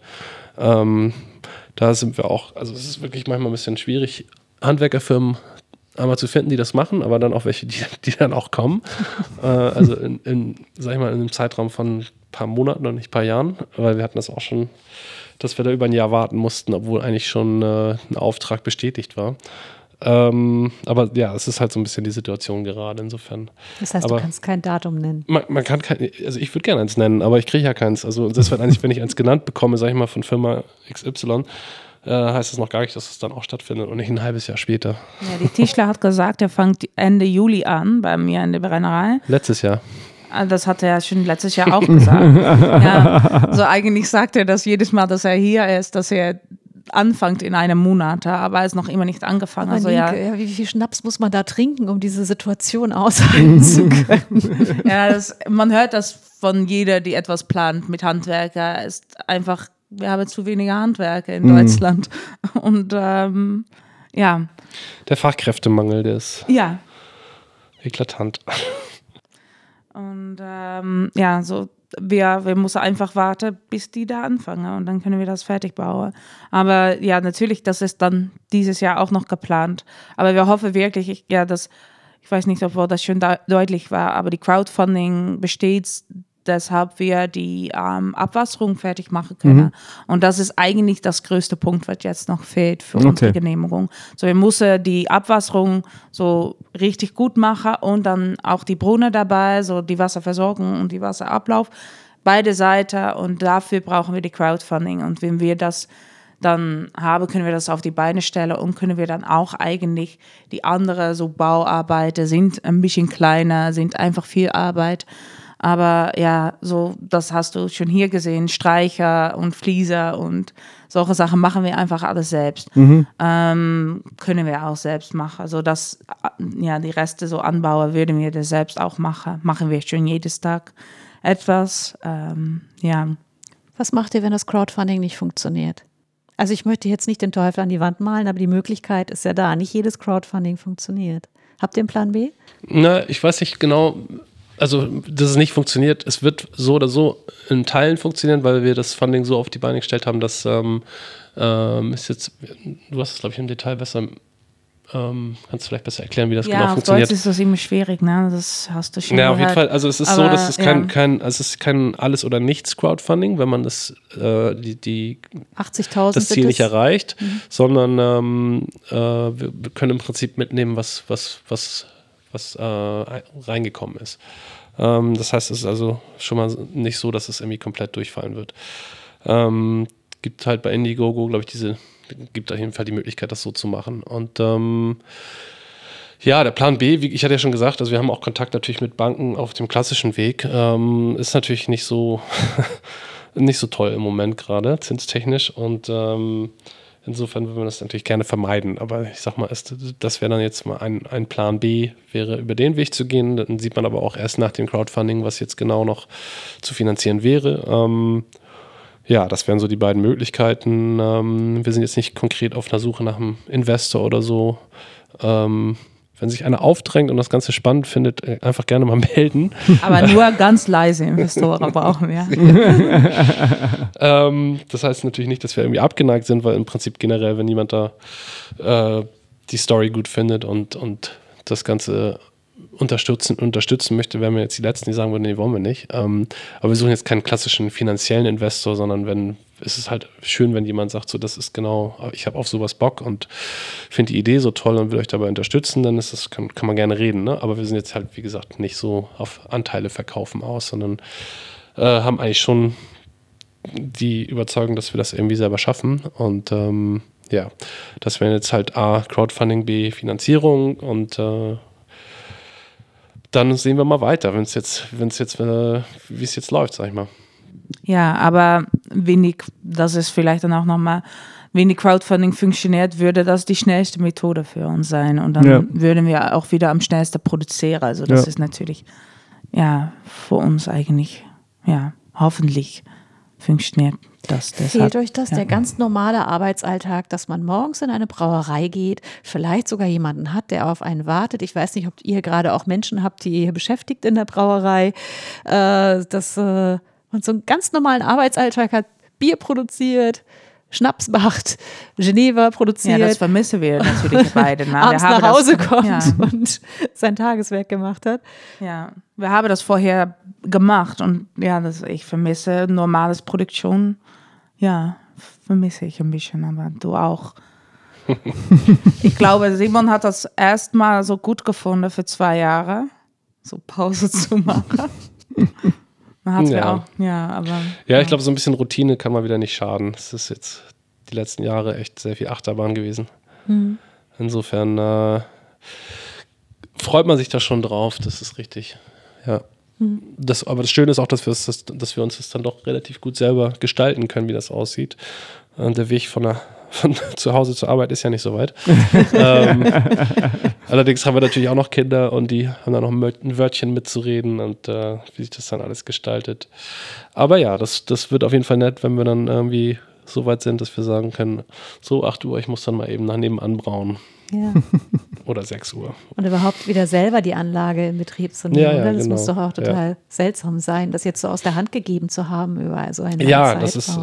Da sind wir auch, also es ist wirklich manchmal ein bisschen schwierig, Handwerkerfirmen einmal zu finden, die das machen, aber dann auch welche, die dann auch kommen. Also sag ich mal, in einem Zeitraum von ein paar Monaten und nicht ein paar Jahren, weil wir hatten das auch schon, dass wir da über ein Jahr warten mussten, obwohl eigentlich schon ein Auftrag bestätigt war. Aber ja, es ist halt so ein bisschen die Situation gerade insofern. Das heißt, du kannst kein Datum nennen. Man kann also ich würde gerne eins nennen, aber ich kriege ja keins. Also das wird eigentlich, wenn ich eins genannt bekomme, sage ich mal, von Firma XY, heißt das noch gar nicht, dass es dann auch stattfindet und nicht ein halbes Jahr später. Ja, die Tischler hat gesagt, er fängt Ende Juli an bei mir in der Brennerei. Letztes Jahr. Das hat er schon letztes Jahr auch gesagt. Ja, so eigentlich sagt er das jedes Mal, dass er hier ist, dass er anfängt in einem Monat, aber er ist noch immer nicht angefangen. Aber also, Nienke, wie viel Schnaps muss man da trinken, um diese Situation aushalten zu können? Ja, man hört das von jeder, die etwas plant mit Handwerker. Ist einfach, wir haben zu wenige Handwerker in Deutschland. Und ja. Der Fachkräftemangel, der ist eklatant. Und ja, so wir müssen einfach warten, bis die da anfangen und dann können wir das fertig bauen. Aber ja, natürlich, das ist dann dieses Jahr auch noch geplant. Aber wir hoffen wirklich, ich weiß nicht, ob das schon deutlich war, aber die Crowdfunding besteht, deshalb wir die Abwasserung fertig machen können. Und das ist eigentlich das größte Punkt, was jetzt noch fehlt für unsere Genehmigung. So, wir müssen die Abwasserung so richtig gut machen und dann auch die Brunnen dabei, so die Wasserversorgung und die Wasserablauf, beide Seiten. Und dafür brauchen wir die Crowdfunding. Und wenn wir das dann haben, können wir das auf die Beine stellen und können wir dann auch eigentlich die anderen so Bauarbeiten sind ein bisschen kleiner, sind einfach viel Arbeit. Aber ja, so, das hast du schon hier gesehen, Streicher und Flieser und solche Sachen machen wir einfach alles selbst. Können wir auch selbst machen. Also das, ja, die Reste so anbauen, würden wir das selbst auch machen. Machen wir schon jedes Tag etwas, ja. Was macht ihr, wenn das Crowdfunding nicht funktioniert? Also ich möchte jetzt nicht den Teufel an die Wand malen, aber die Möglichkeit ist ja da. Nicht jedes Crowdfunding funktioniert. Habt ihr einen Plan B? Na, ich weiß nicht genau. Also, dass es nicht funktioniert, es wird so oder so in Teilen funktionieren, weil wir das Funding so auf die Beine gestellt haben, dass ist jetzt, du hast es, glaube ich, im Detail besser, kannst du vielleicht besser erklären, wie das genau funktioniert. Ja, auf Deutsch ist das immer schwierig, ne? Das hast du schon gehört. Ja, auf jeden Fall, also es ist aber so, dass es es ist kein Alles- oder Nichts-Crowdfunding, wenn man das, die 80.000 das Ziel nicht erreicht, sondern wir können im Prinzip mitnehmen, was reingekommen ist. Das heißt, es ist also schon mal nicht so, dass es irgendwie komplett durchfallen wird. Gibt halt bei Indiegogo, glaube ich, gibt auf jeden Fall die Möglichkeit, das so zu machen. Und Ja, der Plan B, wie ich hatte ja schon gesagt, also wir haben auch Kontakt natürlich mit Banken auf dem klassischen Weg. Ist natürlich nicht so toll im Moment gerade, zinstechnisch. Und insofern würden wir das natürlich gerne vermeiden. Aber ich sag mal, das wäre dann jetzt mal ein Plan B, wäre über den Weg zu gehen. Dann sieht man aber auch erst nach dem Crowdfunding, was jetzt genau noch zu finanzieren wäre. Ja, das wären so die beiden Möglichkeiten. Wir sind jetzt nicht konkret auf einer Suche nach einem Investor oder so. Wenn sich einer aufdrängt und das Ganze spannend findet, einfach gerne mal melden. Aber nur ganz leise Investoren brauchen wir. Das heißt natürlich nicht, dass wir irgendwie abgeneigt sind, weil im Prinzip generell, wenn jemand da die Story gut findet und das Ganze unterstützen möchte, wären wir jetzt die Letzten, die sagen würden, nee, wollen wir nicht. Aber wir suchen jetzt keinen klassischen finanziellen Investor, sondern es ist halt schön, wenn jemand sagt, so, das ist genau, ich habe auf sowas Bock und finde die Idee so toll und will euch dabei unterstützen, dann kann man gerne reden, ne? Aber wir sind jetzt halt, wie gesagt, nicht so auf Anteile verkaufen aus, sondern haben eigentlich schon die Überzeugung, dass wir das irgendwie selber schaffen und ja, das wären jetzt halt A, Crowdfunding, B, Finanzierung und dann sehen wir mal weiter, wie es jetzt läuft, sag ich mal. Ja, aber das ist vielleicht dann auch nochmal, wenn die Crowdfunding funktioniert, würde das die schnellste Methode für uns sein. Und dann würden wir auch wieder am schnellsten produzieren. Also das ist natürlich, für uns eigentlich, hoffentlich funktioniert das. Fehlt euch das, der ganz normale Arbeitsalltag, dass man morgens in eine Brauerei geht, vielleicht sogar jemanden hat, der auf einen wartet. Ich weiß nicht, ob ihr gerade auch Menschen habt, die ihr beschäftigt in der Brauerei, dass man so einen ganz normalen Arbeitsalltag hat, Bier produziert, Schnaps macht, Geneva produziert. Ja, das vermissen wir natürlich beide. Abends nach Hause kommt und sein Tageswerk gemacht hat. Ja, wir haben das vorher gemacht und ich vermisse normales Produktion. Ja, vermisse ich ein bisschen, aber du auch. Ich glaube, Simon hat das erstmal so gut gefunden für 2 Jahre, so Pause zu machen. Hat wir auch, aber. Ja, ich glaube, so ein bisschen Routine kann mal wieder nicht schaden. Es ist jetzt die letzten Jahre echt sehr viel Achterbahn gewesen. Mhm. Insofern freut man sich da schon drauf, das ist richtig. Ja. Mhm. Aber das Schöne ist auch, dass wir uns das dann doch relativ gut selber gestalten können, wie das aussieht. Der Weg von zu Hause zur Arbeit ist ja nicht so weit. Allerdings haben wir natürlich auch noch Kinder und die haben da noch ein Wörtchen mitzureden und wie sich das dann alles gestaltet. Aber ja, das wird auf jeden Fall nett, wenn wir dann irgendwie so weit sind, dass wir sagen können, so 8 Uhr, ich muss dann mal eben nach nebenan brauen. Ja. Oder 6 Uhr. Und überhaupt wieder selber die Anlage in Betrieb zu nehmen. Ja, das genau. muss doch auch total seltsam sein, das jetzt so aus der Hand gegeben zu haben über so eine Zeit.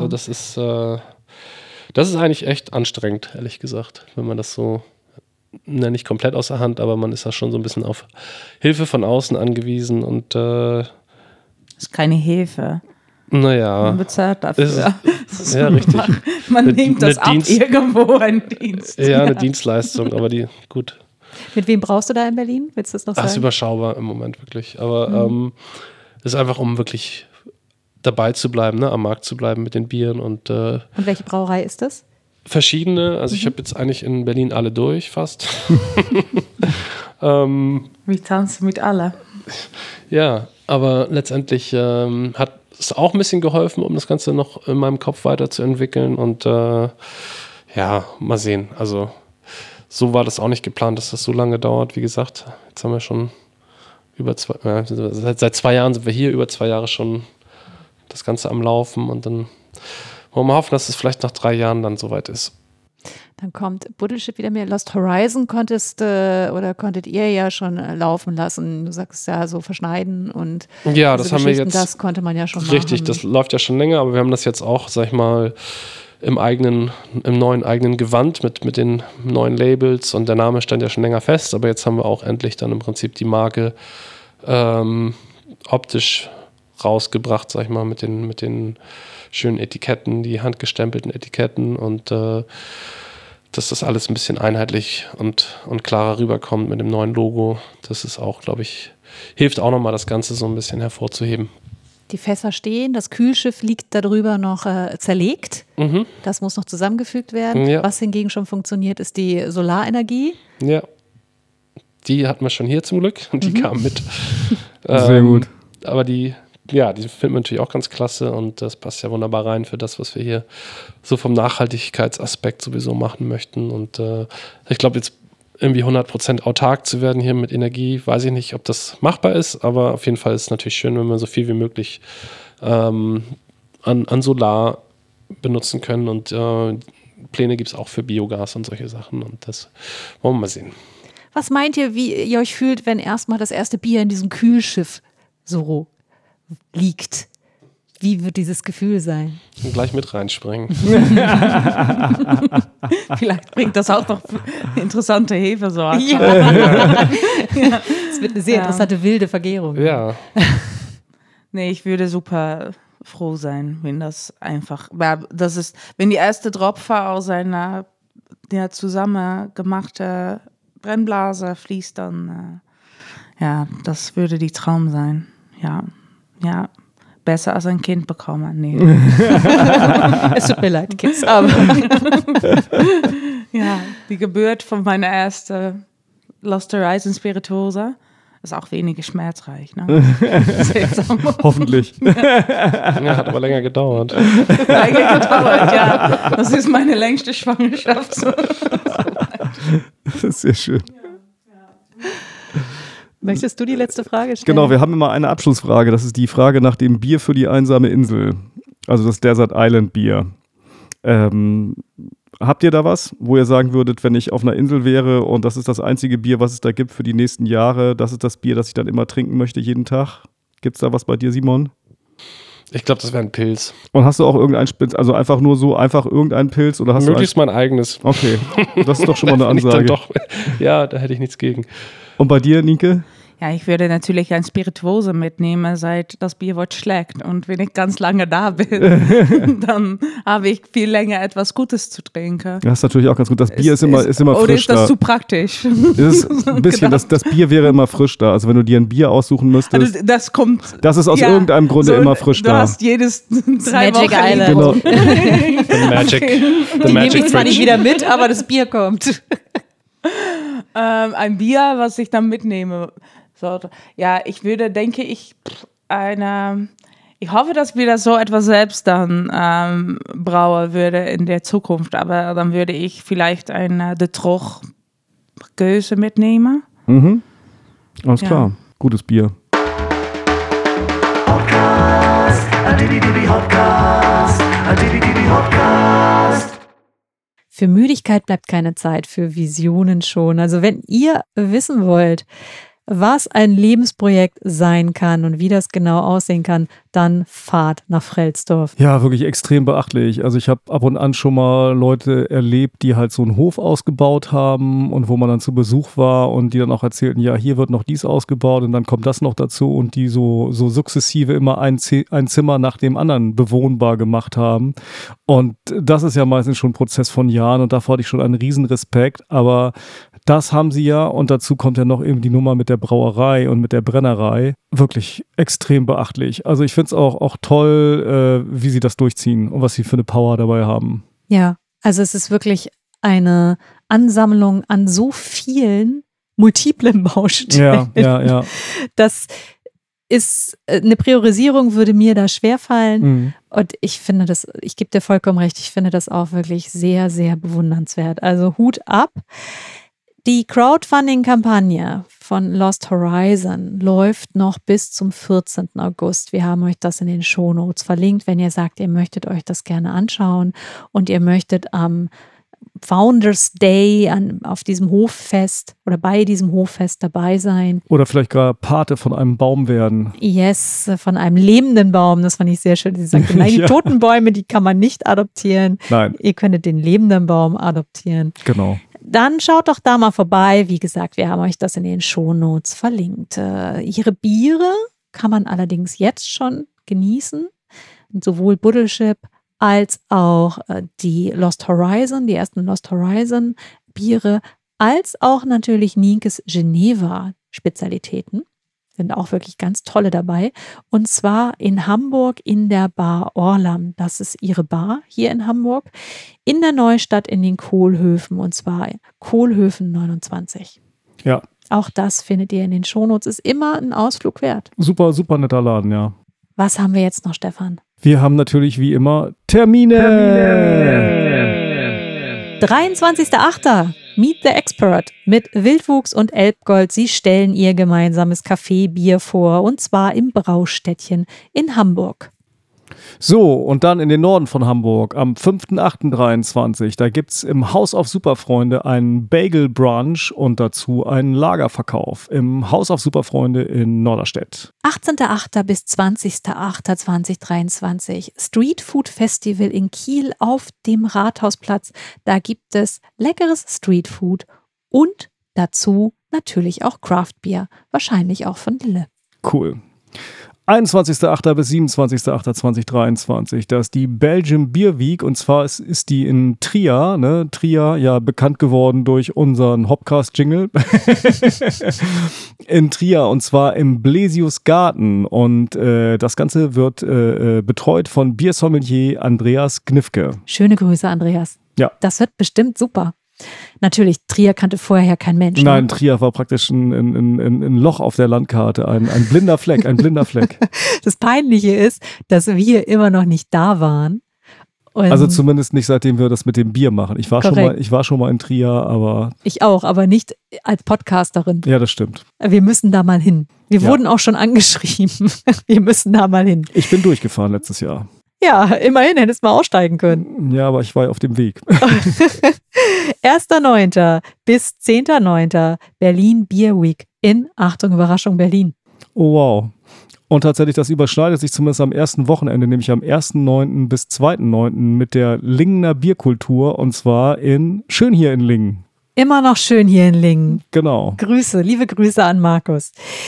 Das ist eigentlich echt anstrengend, ehrlich gesagt, wenn man das so, nicht komplett aus der Hand, aber man ist da schon so ein bisschen auf Hilfe von außen angewiesen und das ist keine Hilfe. Naja. Man bezahlt dafür. Ja, richtig. Man nimmt das ab irgendwo, ein Dienst. Ja, eine Dienstleistung, aber gut. Mit wem brauchst du da in Berlin? Willst du das noch sagen? Das ist überschaubar im Moment wirklich. Aber ist einfach, um wirklich dabei zu bleiben, ne, am Markt zu bleiben mit den Bieren. Und welche Brauerei ist das? Verschiedene. Also ich habe jetzt eigentlich in Berlin alle durch, fast. Wie tanzen mit alle? Ja, aber letztendlich hat es auch ein bisschen geholfen, um das Ganze noch in meinem Kopf weiterzuentwickeln. Und mal sehen. Also so war das auch nicht geplant, dass das so lange dauert. Wie gesagt, jetzt haben wir schon seit 2 Jahren sind wir hier, über 2 Jahre schon das Ganze am Laufen. Und dann wollen wir hoffen, dass es vielleicht nach 3 Jahren dann soweit ist. Dann kommt Buddelship wieder mehr. Lost Horizon konntet ihr ja schon laufen lassen. Du sagst ja so verschneiden und ja, das haben wir jetzt. Das konnte man ja schon richtig, machen. Das läuft ja schon länger, aber wir haben das jetzt auch, sag ich mal, im neuen eigenen Gewand mit den neuen Labels und der Name stand ja schon länger fest, aber jetzt haben wir auch endlich dann im Prinzip die Marke optisch rausgebracht, sag ich mal, mit den schönen Etiketten, die handgestempelten Etiketten und dass das alles ein bisschen einheitlich und klarer rüberkommt mit dem neuen Logo. Das ist auch, glaube ich, hilft auch nochmal, das Ganze so ein bisschen hervorzuheben. Die Fässer stehen, das Kühlschiff liegt darüber noch zerlegt. Mhm. Das muss noch zusammengefügt werden. Ja. Was hingegen schon funktioniert, ist die Solarenergie. Ja. Die hatten wir schon hier zum Glück und die kamen mit. Sehr gut. Aber die finden wir natürlich auch ganz klasse und das passt ja wunderbar rein für das, was wir hier so vom Nachhaltigkeitsaspekt sowieso machen möchten. Und ich glaube, jetzt irgendwie 100% autark zu werden hier mit Energie, weiß ich nicht, ob das machbar ist, aber auf jeden Fall ist es natürlich schön, wenn wir so viel wie möglich an Solar benutzen können und Pläne gibt es auch für Biogas und solche Sachen und das wollen wir mal sehen. Was meint ihr, wie ihr euch fühlt, wenn erstmal das erste Bier in diesem Kühlschiff so liegt? Wie wird dieses Gefühl sein? Und gleich mit reinspringen. Vielleicht bringt das auch noch interessante Hefesorten. Ja. Es wird eine sehr interessante wilde Vergärung. Ja. Nee, ich würde super froh sein, wenn das einfach, wenn die erste Tropfer aus einer zusammen gemachte Brennblase fließt, dann das würde die Traum sein. Ja. Besser als ein Kind bekommen. Nee. Es tut mir leid, Kids. Aber die Geburt von meiner ersten Lost Horizon Spirituosa ist auch weniger schmerzreich. Ne? Hoffentlich. Ja, hat aber länger gedauert. Ja. Das ist meine längste Schwangerschaft. Das ist sehr schön. möchtest du die letzte Frage stellen? Genau, wir haben immer eine Abschlussfrage. Das ist die Frage nach dem Bier für die einsame Insel. Also das Desert Island Bier. Habt ihr da was, wo ihr sagen würdet, wenn ich auf einer Insel wäre und das ist das einzige Bier, was es da gibt für die nächsten Jahre, das ist das Bier, das ich dann immer trinken möchte, jeden Tag? Gibt es da was bei dir, Simon? Ich glaube, das wäre ein Pilz. Und hast du auch irgendein also einfach nur so, einfach irgendein Pilz? Oder hast möglichst mein eigenes. Okay, das ist doch schon mal eine Ansage. Ja, da hätte ich nichts gegen. Und bei dir, Nienke? Ja, ich würde natürlich ein Spirituose mitnehmen, seit das Bierwort schlägt. Und wenn ich ganz lange da bin, dann habe ich viel länger etwas Gutes zu trinken. Das ist natürlich auch ganz gut. Das Bier ist immer frisch da. Oder ist das zu praktisch? Das ist ein bisschen, das Bier wäre immer frisch da. Also wenn du dir ein Bier aussuchen müsstest. Also das ist aus irgendeinem Grunde immer frisch da. Du hast jedes 3 Magic Wochen. Island. Genau. Die nehme ich zwar nicht wieder mit, aber das Bier kommt. Ein Bier, was ich dann mitnehme. So, ja, ich würde, denke ich, ich hoffe, dass wir das so etwas selbst dann brauen würde in der Zukunft, aber dann würde ich vielleicht eine De Troch Göse mitnehmen. Mhm. Alles klar, gutes Bier. Hopcast, Hopcast. Für Müdigkeit bleibt keine Zeit, für Visionen schon. Also wenn ihr wissen wollt, was ein Lebensprojekt sein kann und wie das genau aussehen kann, dann fahrt nach Frelsdorf. Ja, wirklich extrem beachtlich. Also ich habe ab und an schon mal Leute erlebt, die halt so einen Hof ausgebaut haben und wo man dann zu Besuch war und die dann auch erzählten, ja, hier wird noch dies ausgebaut und dann kommt das noch dazu und die so sukzessive immer ein Zimmer nach dem anderen bewohnbar gemacht haben. Und das ist ja meistens schon ein Prozess von Jahren und davor hatte ich schon einen riesen Respekt, aber das haben sie ja und dazu kommt ja noch eben die Nummer mit der Brauerei und mit der Brennerei. Wirklich extrem beachtlich. Also ich finde es auch toll, wie sie das durchziehen und was sie für eine Power dabei haben. Ja, also es ist wirklich eine Ansammlung an so vielen multiplen Baustellen. Ja. Das ist eine Priorisierung, würde mir da schwerfallen. Mhm. Und ich finde das, ich gebe dir vollkommen recht, ich finde das auch wirklich sehr, sehr bewundernswert. Also Hut ab. Die Crowdfunding-Kampagne von Lost Horizon läuft noch bis zum 14. August. Wir haben euch das in den Shownotes verlinkt, wenn ihr sagt, ihr möchtet euch das gerne anschauen und ihr möchtet am Founders Day auf diesem Hoffest oder bei diesem Hoffest dabei sein. Oder vielleicht gar Pate von einem Baum werden. Yes, von einem lebenden Baum, das fand ich sehr schön. Sie sagte, nein, die toten Bäume, die kann man nicht adoptieren. Nein. Ihr könntet den lebenden Baum adoptieren. Genau. Dann schaut doch da mal vorbei. Wie gesagt, wir haben euch das in den Shownotes verlinkt. Ihre Biere kann man allerdings jetzt schon genießen. Sowohl Buddelship als auch die Lost Horizon, die ersten Lost Horizon Biere, als auch natürlich Nienkes Geneva Spezialitäten. Sind auch wirklich ganz tolle dabei. Und zwar in Hamburg in der Bar Orlam. Das ist ihre Bar hier in Hamburg. In der Neustadt in den Kohlhöfen. Und zwar Kohlhöfen 29. Ja. Auch das findet ihr in den Shownotes. Ist immer ein Ausflug wert. Super, super netter Laden, ja. Was haben wir jetzt noch, Stefan? Wir haben natürlich wie immer Termine. 23.08. Meet the Expert mit Wildwuchs und Elbgold. Sie stellen ihr gemeinsames Kaffeebier vor, und zwar im Braustädtchen in Hamburg. So, und dann in den Norden von Hamburg am 5.8.23. Da gibt es im Haus auf Superfreunde einen Bagel-Brunch und dazu einen Lagerverkauf im Haus auf Superfreunde in Norderstedt. 18.08. bis 20.08.2023 Street Food Festival in Kiel auf dem Rathausplatz. Da gibt es leckeres Street Food und dazu natürlich auch Craft Beer, wahrscheinlich auch von Lille. Cool. 21.08. bis 27.08.2023, das ist die Belgium Beer Week, und zwar ist die in Trier, ne? Trier, ja, bekannt geworden durch unseren Hopcast-Jingle. In Trier, und zwar im Blesius Garten, und das Ganze wird betreut von Biersommelier Andreas Gnifke. Schöne Grüße, Andreas. Ja. Das wird bestimmt super. Natürlich, Trier kannte vorher kein Mensch. Nein, Trier war praktisch ein Loch auf der Landkarte, ein blinder Fleck, ein blinder Fleck. Das Peinliche ist, dass wir immer noch nicht da waren. Und also zumindest nicht, seitdem wir das mit dem Bier machen. Ich war schon mal in Trier, aber... Ich auch, aber nicht als Podcasterin. Ja, das stimmt. Wir müssen da mal hin. Wir wurden auch schon angeschrieben. Wir müssen da mal hin. Ich bin durchgefahren letztes Jahr. Ja, immerhin hättest du mal aussteigen können. Ja, aber ich war auf dem Weg. 1.9. bis 10.9. Berlin Beer Week in, Achtung, Überraschung, Berlin. Oh, wow. Und tatsächlich, das überschneidet sich zumindest am ersten Wochenende, nämlich am 1.9. bis 2.9. mit der Lingener Bierkultur, und zwar schön hier in Lingen. Immer noch schön hier in Lingen. Genau. Liebe Grüße an Markus.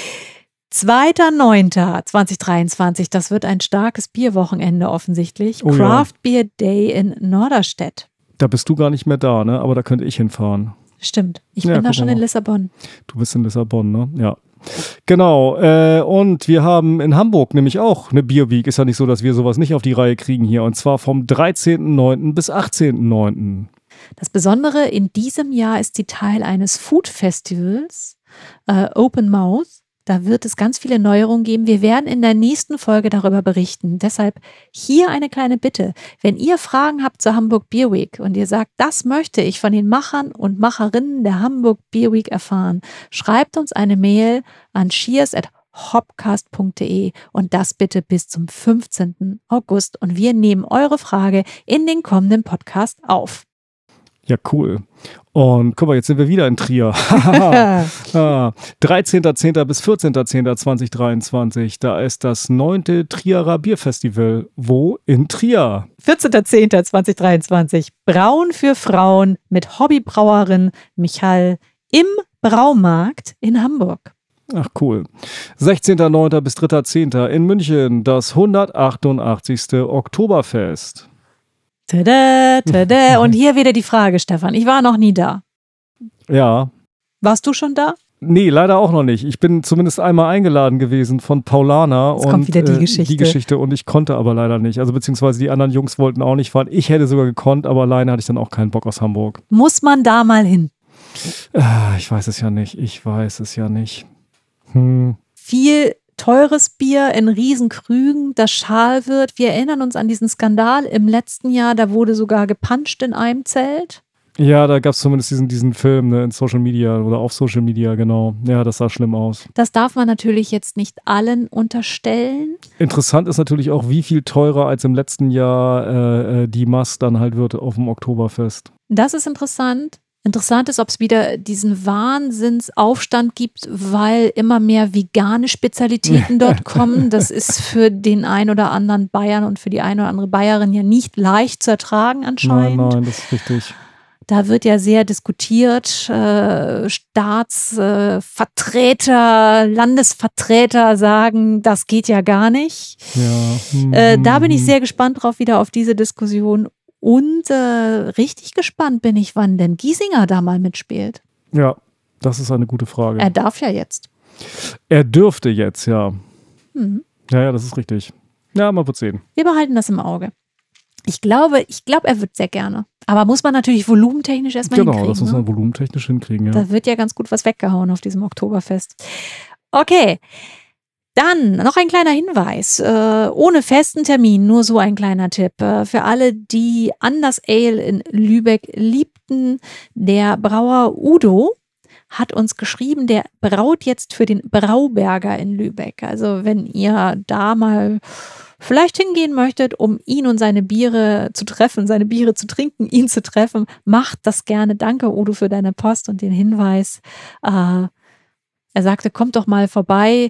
2.9.2023, das wird ein starkes Bierwochenende offensichtlich. Oh, Craft Beer Day in Norderstedt. Da bist du gar nicht mehr da, ne? Aber da könnte ich hinfahren. Stimmt, ich bin da schon in Lissabon. Du bist in Lissabon, ne? Ja. Genau, und wir haben in Hamburg nämlich auch eine Bierweek. Ist ja nicht so, dass wir sowas nicht auf die Reihe kriegen hier. Und zwar vom 13.9. bis 18.9. Das Besondere in diesem Jahr ist sie Teil eines Food Festivals, Open Mouth. Da wird es ganz viele Neuerungen geben. Wir werden in der nächsten Folge darüber berichten. Deshalb hier eine kleine Bitte. Wenn ihr Fragen habt zur Hamburg Beer Week und ihr sagt, das möchte ich von den Machern und Macherinnen der Hamburg Beer Week erfahren, schreibt uns eine Mail an cheers@hopcast.de und das bitte bis zum 15. August. Und wir nehmen eure Frage in den kommenden Podcast auf. Ja, cool. Und guck mal, jetzt sind wir wieder in Trier. 13.10. bis 14.10.2023. Da ist das 9. Trierer Bierfestival. Wo? In Trier. 14.10.2023. Brauen für Frauen mit Hobbybrauerin Michal im Braumarkt in Hamburg. Ach, cool. 16.09. bis 3.10. in München. Das 188. Oktoberfest. Tada, tada. Und hier wieder die Frage, Stefan. Ich war noch nie da. Ja. Warst du schon da? Nee, leider auch noch nicht. Ich bin zumindest einmal eingeladen gewesen von Paulana. Jetzt kommt wieder die Geschichte. Die Geschichte, und ich konnte aber leider nicht. Also beziehungsweise die anderen Jungs wollten auch nicht fahren. Ich hätte sogar gekonnt, aber alleine hatte ich dann auch keinen Bock aus Hamburg. Muss man da mal hin? Ich weiß es ja nicht. Viel teures Bier in Riesenkrügen, das schal wird. Wir erinnern uns an diesen Skandal im letzten Jahr, da wurde sogar gepanscht in einem Zelt. Ja, da gab es zumindest diesen Film, ne, in Social Media oder auf Social Media, genau. Ja, das sah schlimm aus. Das darf man natürlich jetzt nicht allen unterstellen. Interessant ist natürlich auch, wie viel teurer als im letzten Jahr die Maß dann halt wird auf dem Oktoberfest. Das ist interessant. Interessant ist, ob es wieder diesen Wahnsinnsaufstand gibt, weil immer mehr vegane Spezialitäten dort kommen. Das ist für den ein oder anderen Bayern und für die eine oder andere Bayerin ja nicht leicht zu ertragen anscheinend. Nein, das ist richtig. Da wird ja sehr diskutiert. Staatsvertreter, Landesvertreter sagen, das geht ja gar nicht. Ja. Da bin ich sehr gespannt drauf, wieder auf diese Diskussion. Und richtig gespannt bin ich, wann denn Giesinger da mal mitspielt. Ja, das ist eine gute Frage. Er darf ja jetzt. Er dürfte jetzt, ja. Mhm. Ja, das ist richtig. Ja, mal wird sehen. Wir behalten das im Auge. Ich glaube, er wird sehr gerne. Aber muss man natürlich volumentechnisch erstmal hinkriegen. Genau, das muss man volumentechnisch hinkriegen, ja. Da wird ja ganz gut was weggehauen auf diesem Oktoberfest. Okay, dann noch ein kleiner Hinweis. Ohne festen Termin, nur so ein kleiner Tipp. Für alle, die Anders Ale in Lübeck liebten, der Brauer Udo hat uns geschrieben, der braut jetzt für den Brauberger in Lübeck. Also wenn ihr da mal vielleicht hingehen möchtet, um ihn und seine Biere zu treffen, seine Biere zu trinken, ihn zu treffen, macht das gerne. Danke, Udo, für deine Post und den Hinweis. Er sagte, kommt doch mal vorbei.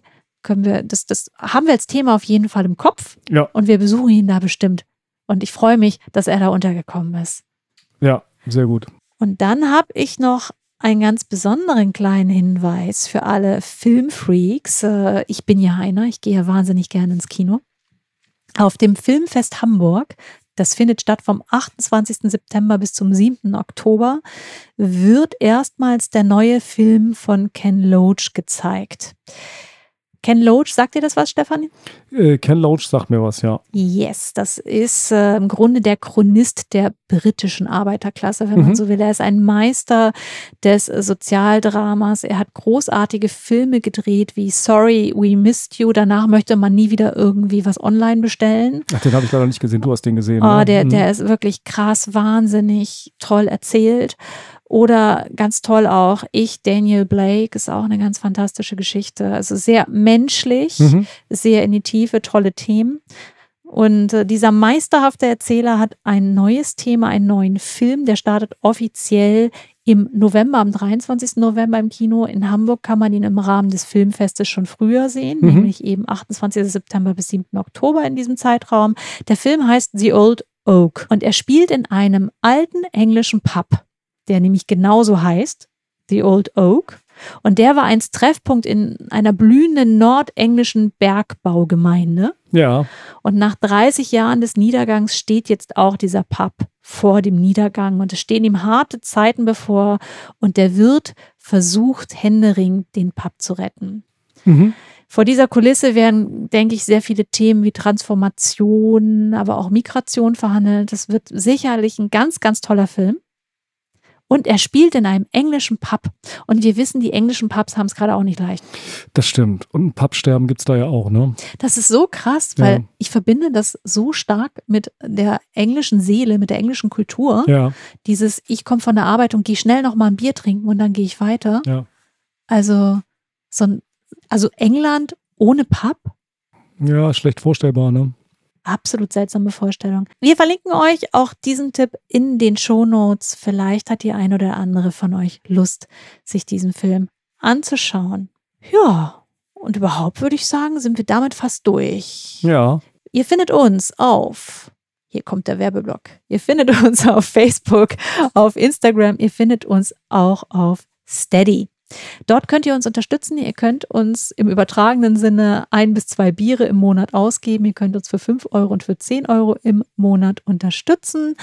Das haben wir als Thema auf jeden Fall im Kopf. Ja. Und wir besuchen ihn da bestimmt. Und ich freue mich, dass er da untergekommen ist. Ja, sehr gut. Und dann habe ich noch einen ganz besonderen kleinen Hinweis für alle Filmfreaks. Ich bin ja einer, ich gehe ja wahnsinnig gerne ins Kino. Auf dem Filmfest Hamburg, das findet statt vom 28. September bis zum 7. Oktober, wird erstmals der neue Film von Ken Loach gezeigt. Ken Loach, sagt dir das was, Stefan? Ken Loach sagt mir was, ja. Yes, das ist im Grunde der Chronist der britischen Arbeiterklasse, wenn man so will. Er ist ein Meister des Sozialdramas. Er hat großartige Filme gedreht wie Sorry, We Missed You. Danach möchte man nie wieder irgendwie was online bestellen. Ach, den habe ich leider nicht gesehen. Du hast den gesehen. Oh, ne? der ist wirklich krass, wahnsinnig toll erzählt. Oder ganz toll auch, Daniel Blake, ist auch eine ganz fantastische Geschichte. Also sehr menschlich, sehr in die Tiefe, tolle Themen. Und dieser meisterhafte Erzähler hat ein neues Thema, einen neuen Film, der startet offiziell im November, am 23. November im Kino. In Hamburg kann man ihn im Rahmen des Filmfestes schon früher sehen, nämlich eben 28. September bis 7. Oktober in diesem Zeitraum. Der Film heißt The Old Oak und er spielt in einem alten englischen Pub, der nämlich genauso heißt, The Old Oak. Und der war einst Treffpunkt in einer blühenden nordenglischen Bergbaugemeinde. Ja. Und nach 30 Jahren des Niedergangs steht jetzt auch dieser Pub vor dem Niedergang. Und es stehen ihm harte Zeiten bevor. Und der Wirt versucht händeringend, den Pub zu retten. Vor dieser Kulisse werden, denke ich, sehr viele Themen wie Transformation, aber auch Migration verhandelt. Das wird sicherlich ein ganz, ganz toller Film. Und er spielt in einem englischen Pub. Und wir wissen, die englischen Pubs haben es gerade auch nicht leicht. Das stimmt. Und ein Pubsterben gibt es da ja auch, ne? Das ist so krass, weil ich verbinde das so stark mit der englischen Seele, mit der englischen Kultur. Ja. Dieses, ich komme von der Arbeit und gehe schnell noch mal ein Bier trinken und dann gehe ich weiter. Ja. Also England ohne Pub? Ja, schlecht vorstellbar, ne? Absolut seltsame Vorstellung. Wir verlinken euch auch diesen Tipp in den Shownotes. Vielleicht hat die ein oder andere von euch Lust, sich diesen Film anzuschauen. Ja, und überhaupt würde ich sagen, sind wir damit fast durch. Ja. Ihr findet uns auf, hier kommt der Werbeblock, ihr findet uns auf Facebook, auf Instagram, ihr findet uns auch auf Steady. Dort könnt ihr uns unterstützen. Ihr könnt uns im übertragenen Sinne 1 bis 2 Biere im Monat ausgeben. Ihr könnt uns für 5 Euro und für 10 Euro im Monat unterstützen.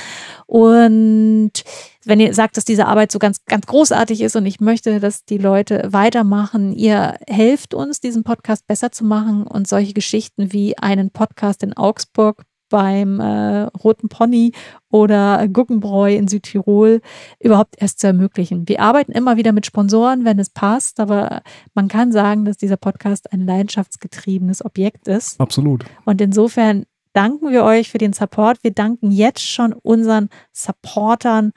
Und wenn ihr sagt, dass diese Arbeit so ganz, ganz großartig ist und ich möchte, dass die Leute weitermachen, ihr helft uns, diesen Podcast besser zu machen und solche Geschichten wie einen Podcast in Augsburg beim Roten Pony oder Guggenbräu in Südtirol überhaupt erst zu ermöglichen. Wir arbeiten immer wieder mit Sponsoren, wenn es passt, aber man kann sagen, dass dieser Podcast ein leidenschaftsgetriebenes Objekt ist. Absolut. Und insofern danken wir euch für den Support. Wir danken jetzt schon unseren Supportern.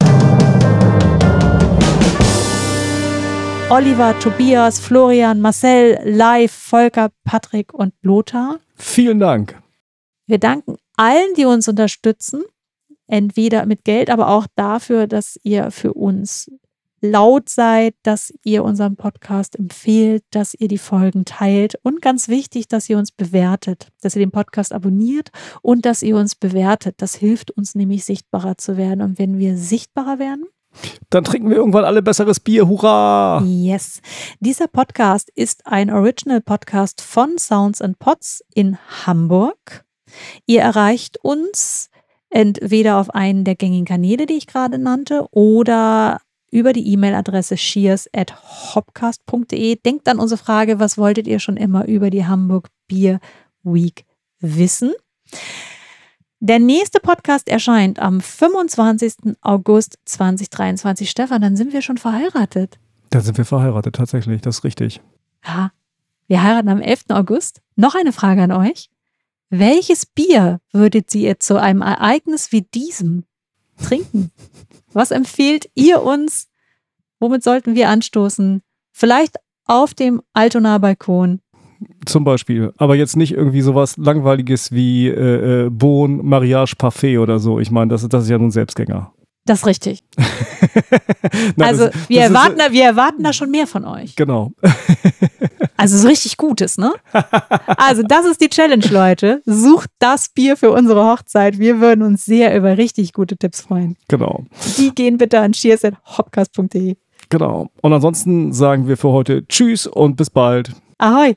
Oliver, Tobias, Florian, Marcel, Live, Volker, Patrick und Lothar. Vielen Dank. Wir danken allen, die uns unterstützen, entweder mit Geld, aber auch dafür, dass ihr für uns laut seid, dass ihr unseren Podcast empfehlt, dass ihr die Folgen teilt und ganz wichtig, dass ihr uns bewertet, dass ihr den Podcast abonniert und dass ihr uns bewertet. Das hilft uns nämlich, sichtbarer zu werden. Und wenn wir sichtbarer werden, dann trinken wir irgendwann alle besseres Bier. Hurra! Yes. Dieser Podcast ist ein Original-Podcast von Sounds & Pots in Hamburg. Ihr erreicht uns entweder auf einen der gängigen Kanäle, die ich gerade nannte, oder über die E-Mail-Adresse cheers@hopcast.de. Denkt an unsere Frage, was wolltet ihr schon immer über die Hamburg Beer Week wissen? Der nächste Podcast erscheint am 25. August 2023. Stefan, dann sind wir schon verheiratet. Da sind wir verheiratet, tatsächlich, das ist richtig. Ja, wir heiraten am 11. August. Noch eine Frage an euch. Welches Bier würdet ihr zu einem Ereignis wie diesem trinken? Was empfehlt ihr uns? Womit sollten wir anstoßen? Vielleicht auf dem Altonaer Balkon. Zum Beispiel. Aber jetzt nicht irgendwie sowas Langweiliges wie Bohnen, Mariage, Parfait oder so. Ich meine, das ist ja nun Selbstgänger. Das ist richtig. Nein, also wir erwarten da schon mehr von euch. Genau. Also so richtig Gutes, ne? Also das ist die Challenge, Leute. Sucht das Bier für unsere Hochzeit. Wir würden uns sehr über richtig gute Tipps freuen. Genau. Die gehen bitte an cheers@hopcast.de. Genau. Und ansonsten sagen wir für heute Tschüss und bis bald. Ahoi.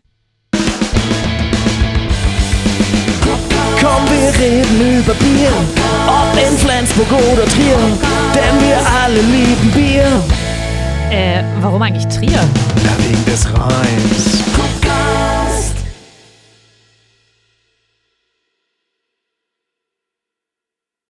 Komm, wir reden über Bier, ob in Flensburg oder Trier, denn wir alle lieben Bier. Warum eigentlich Trier? Na, wegen des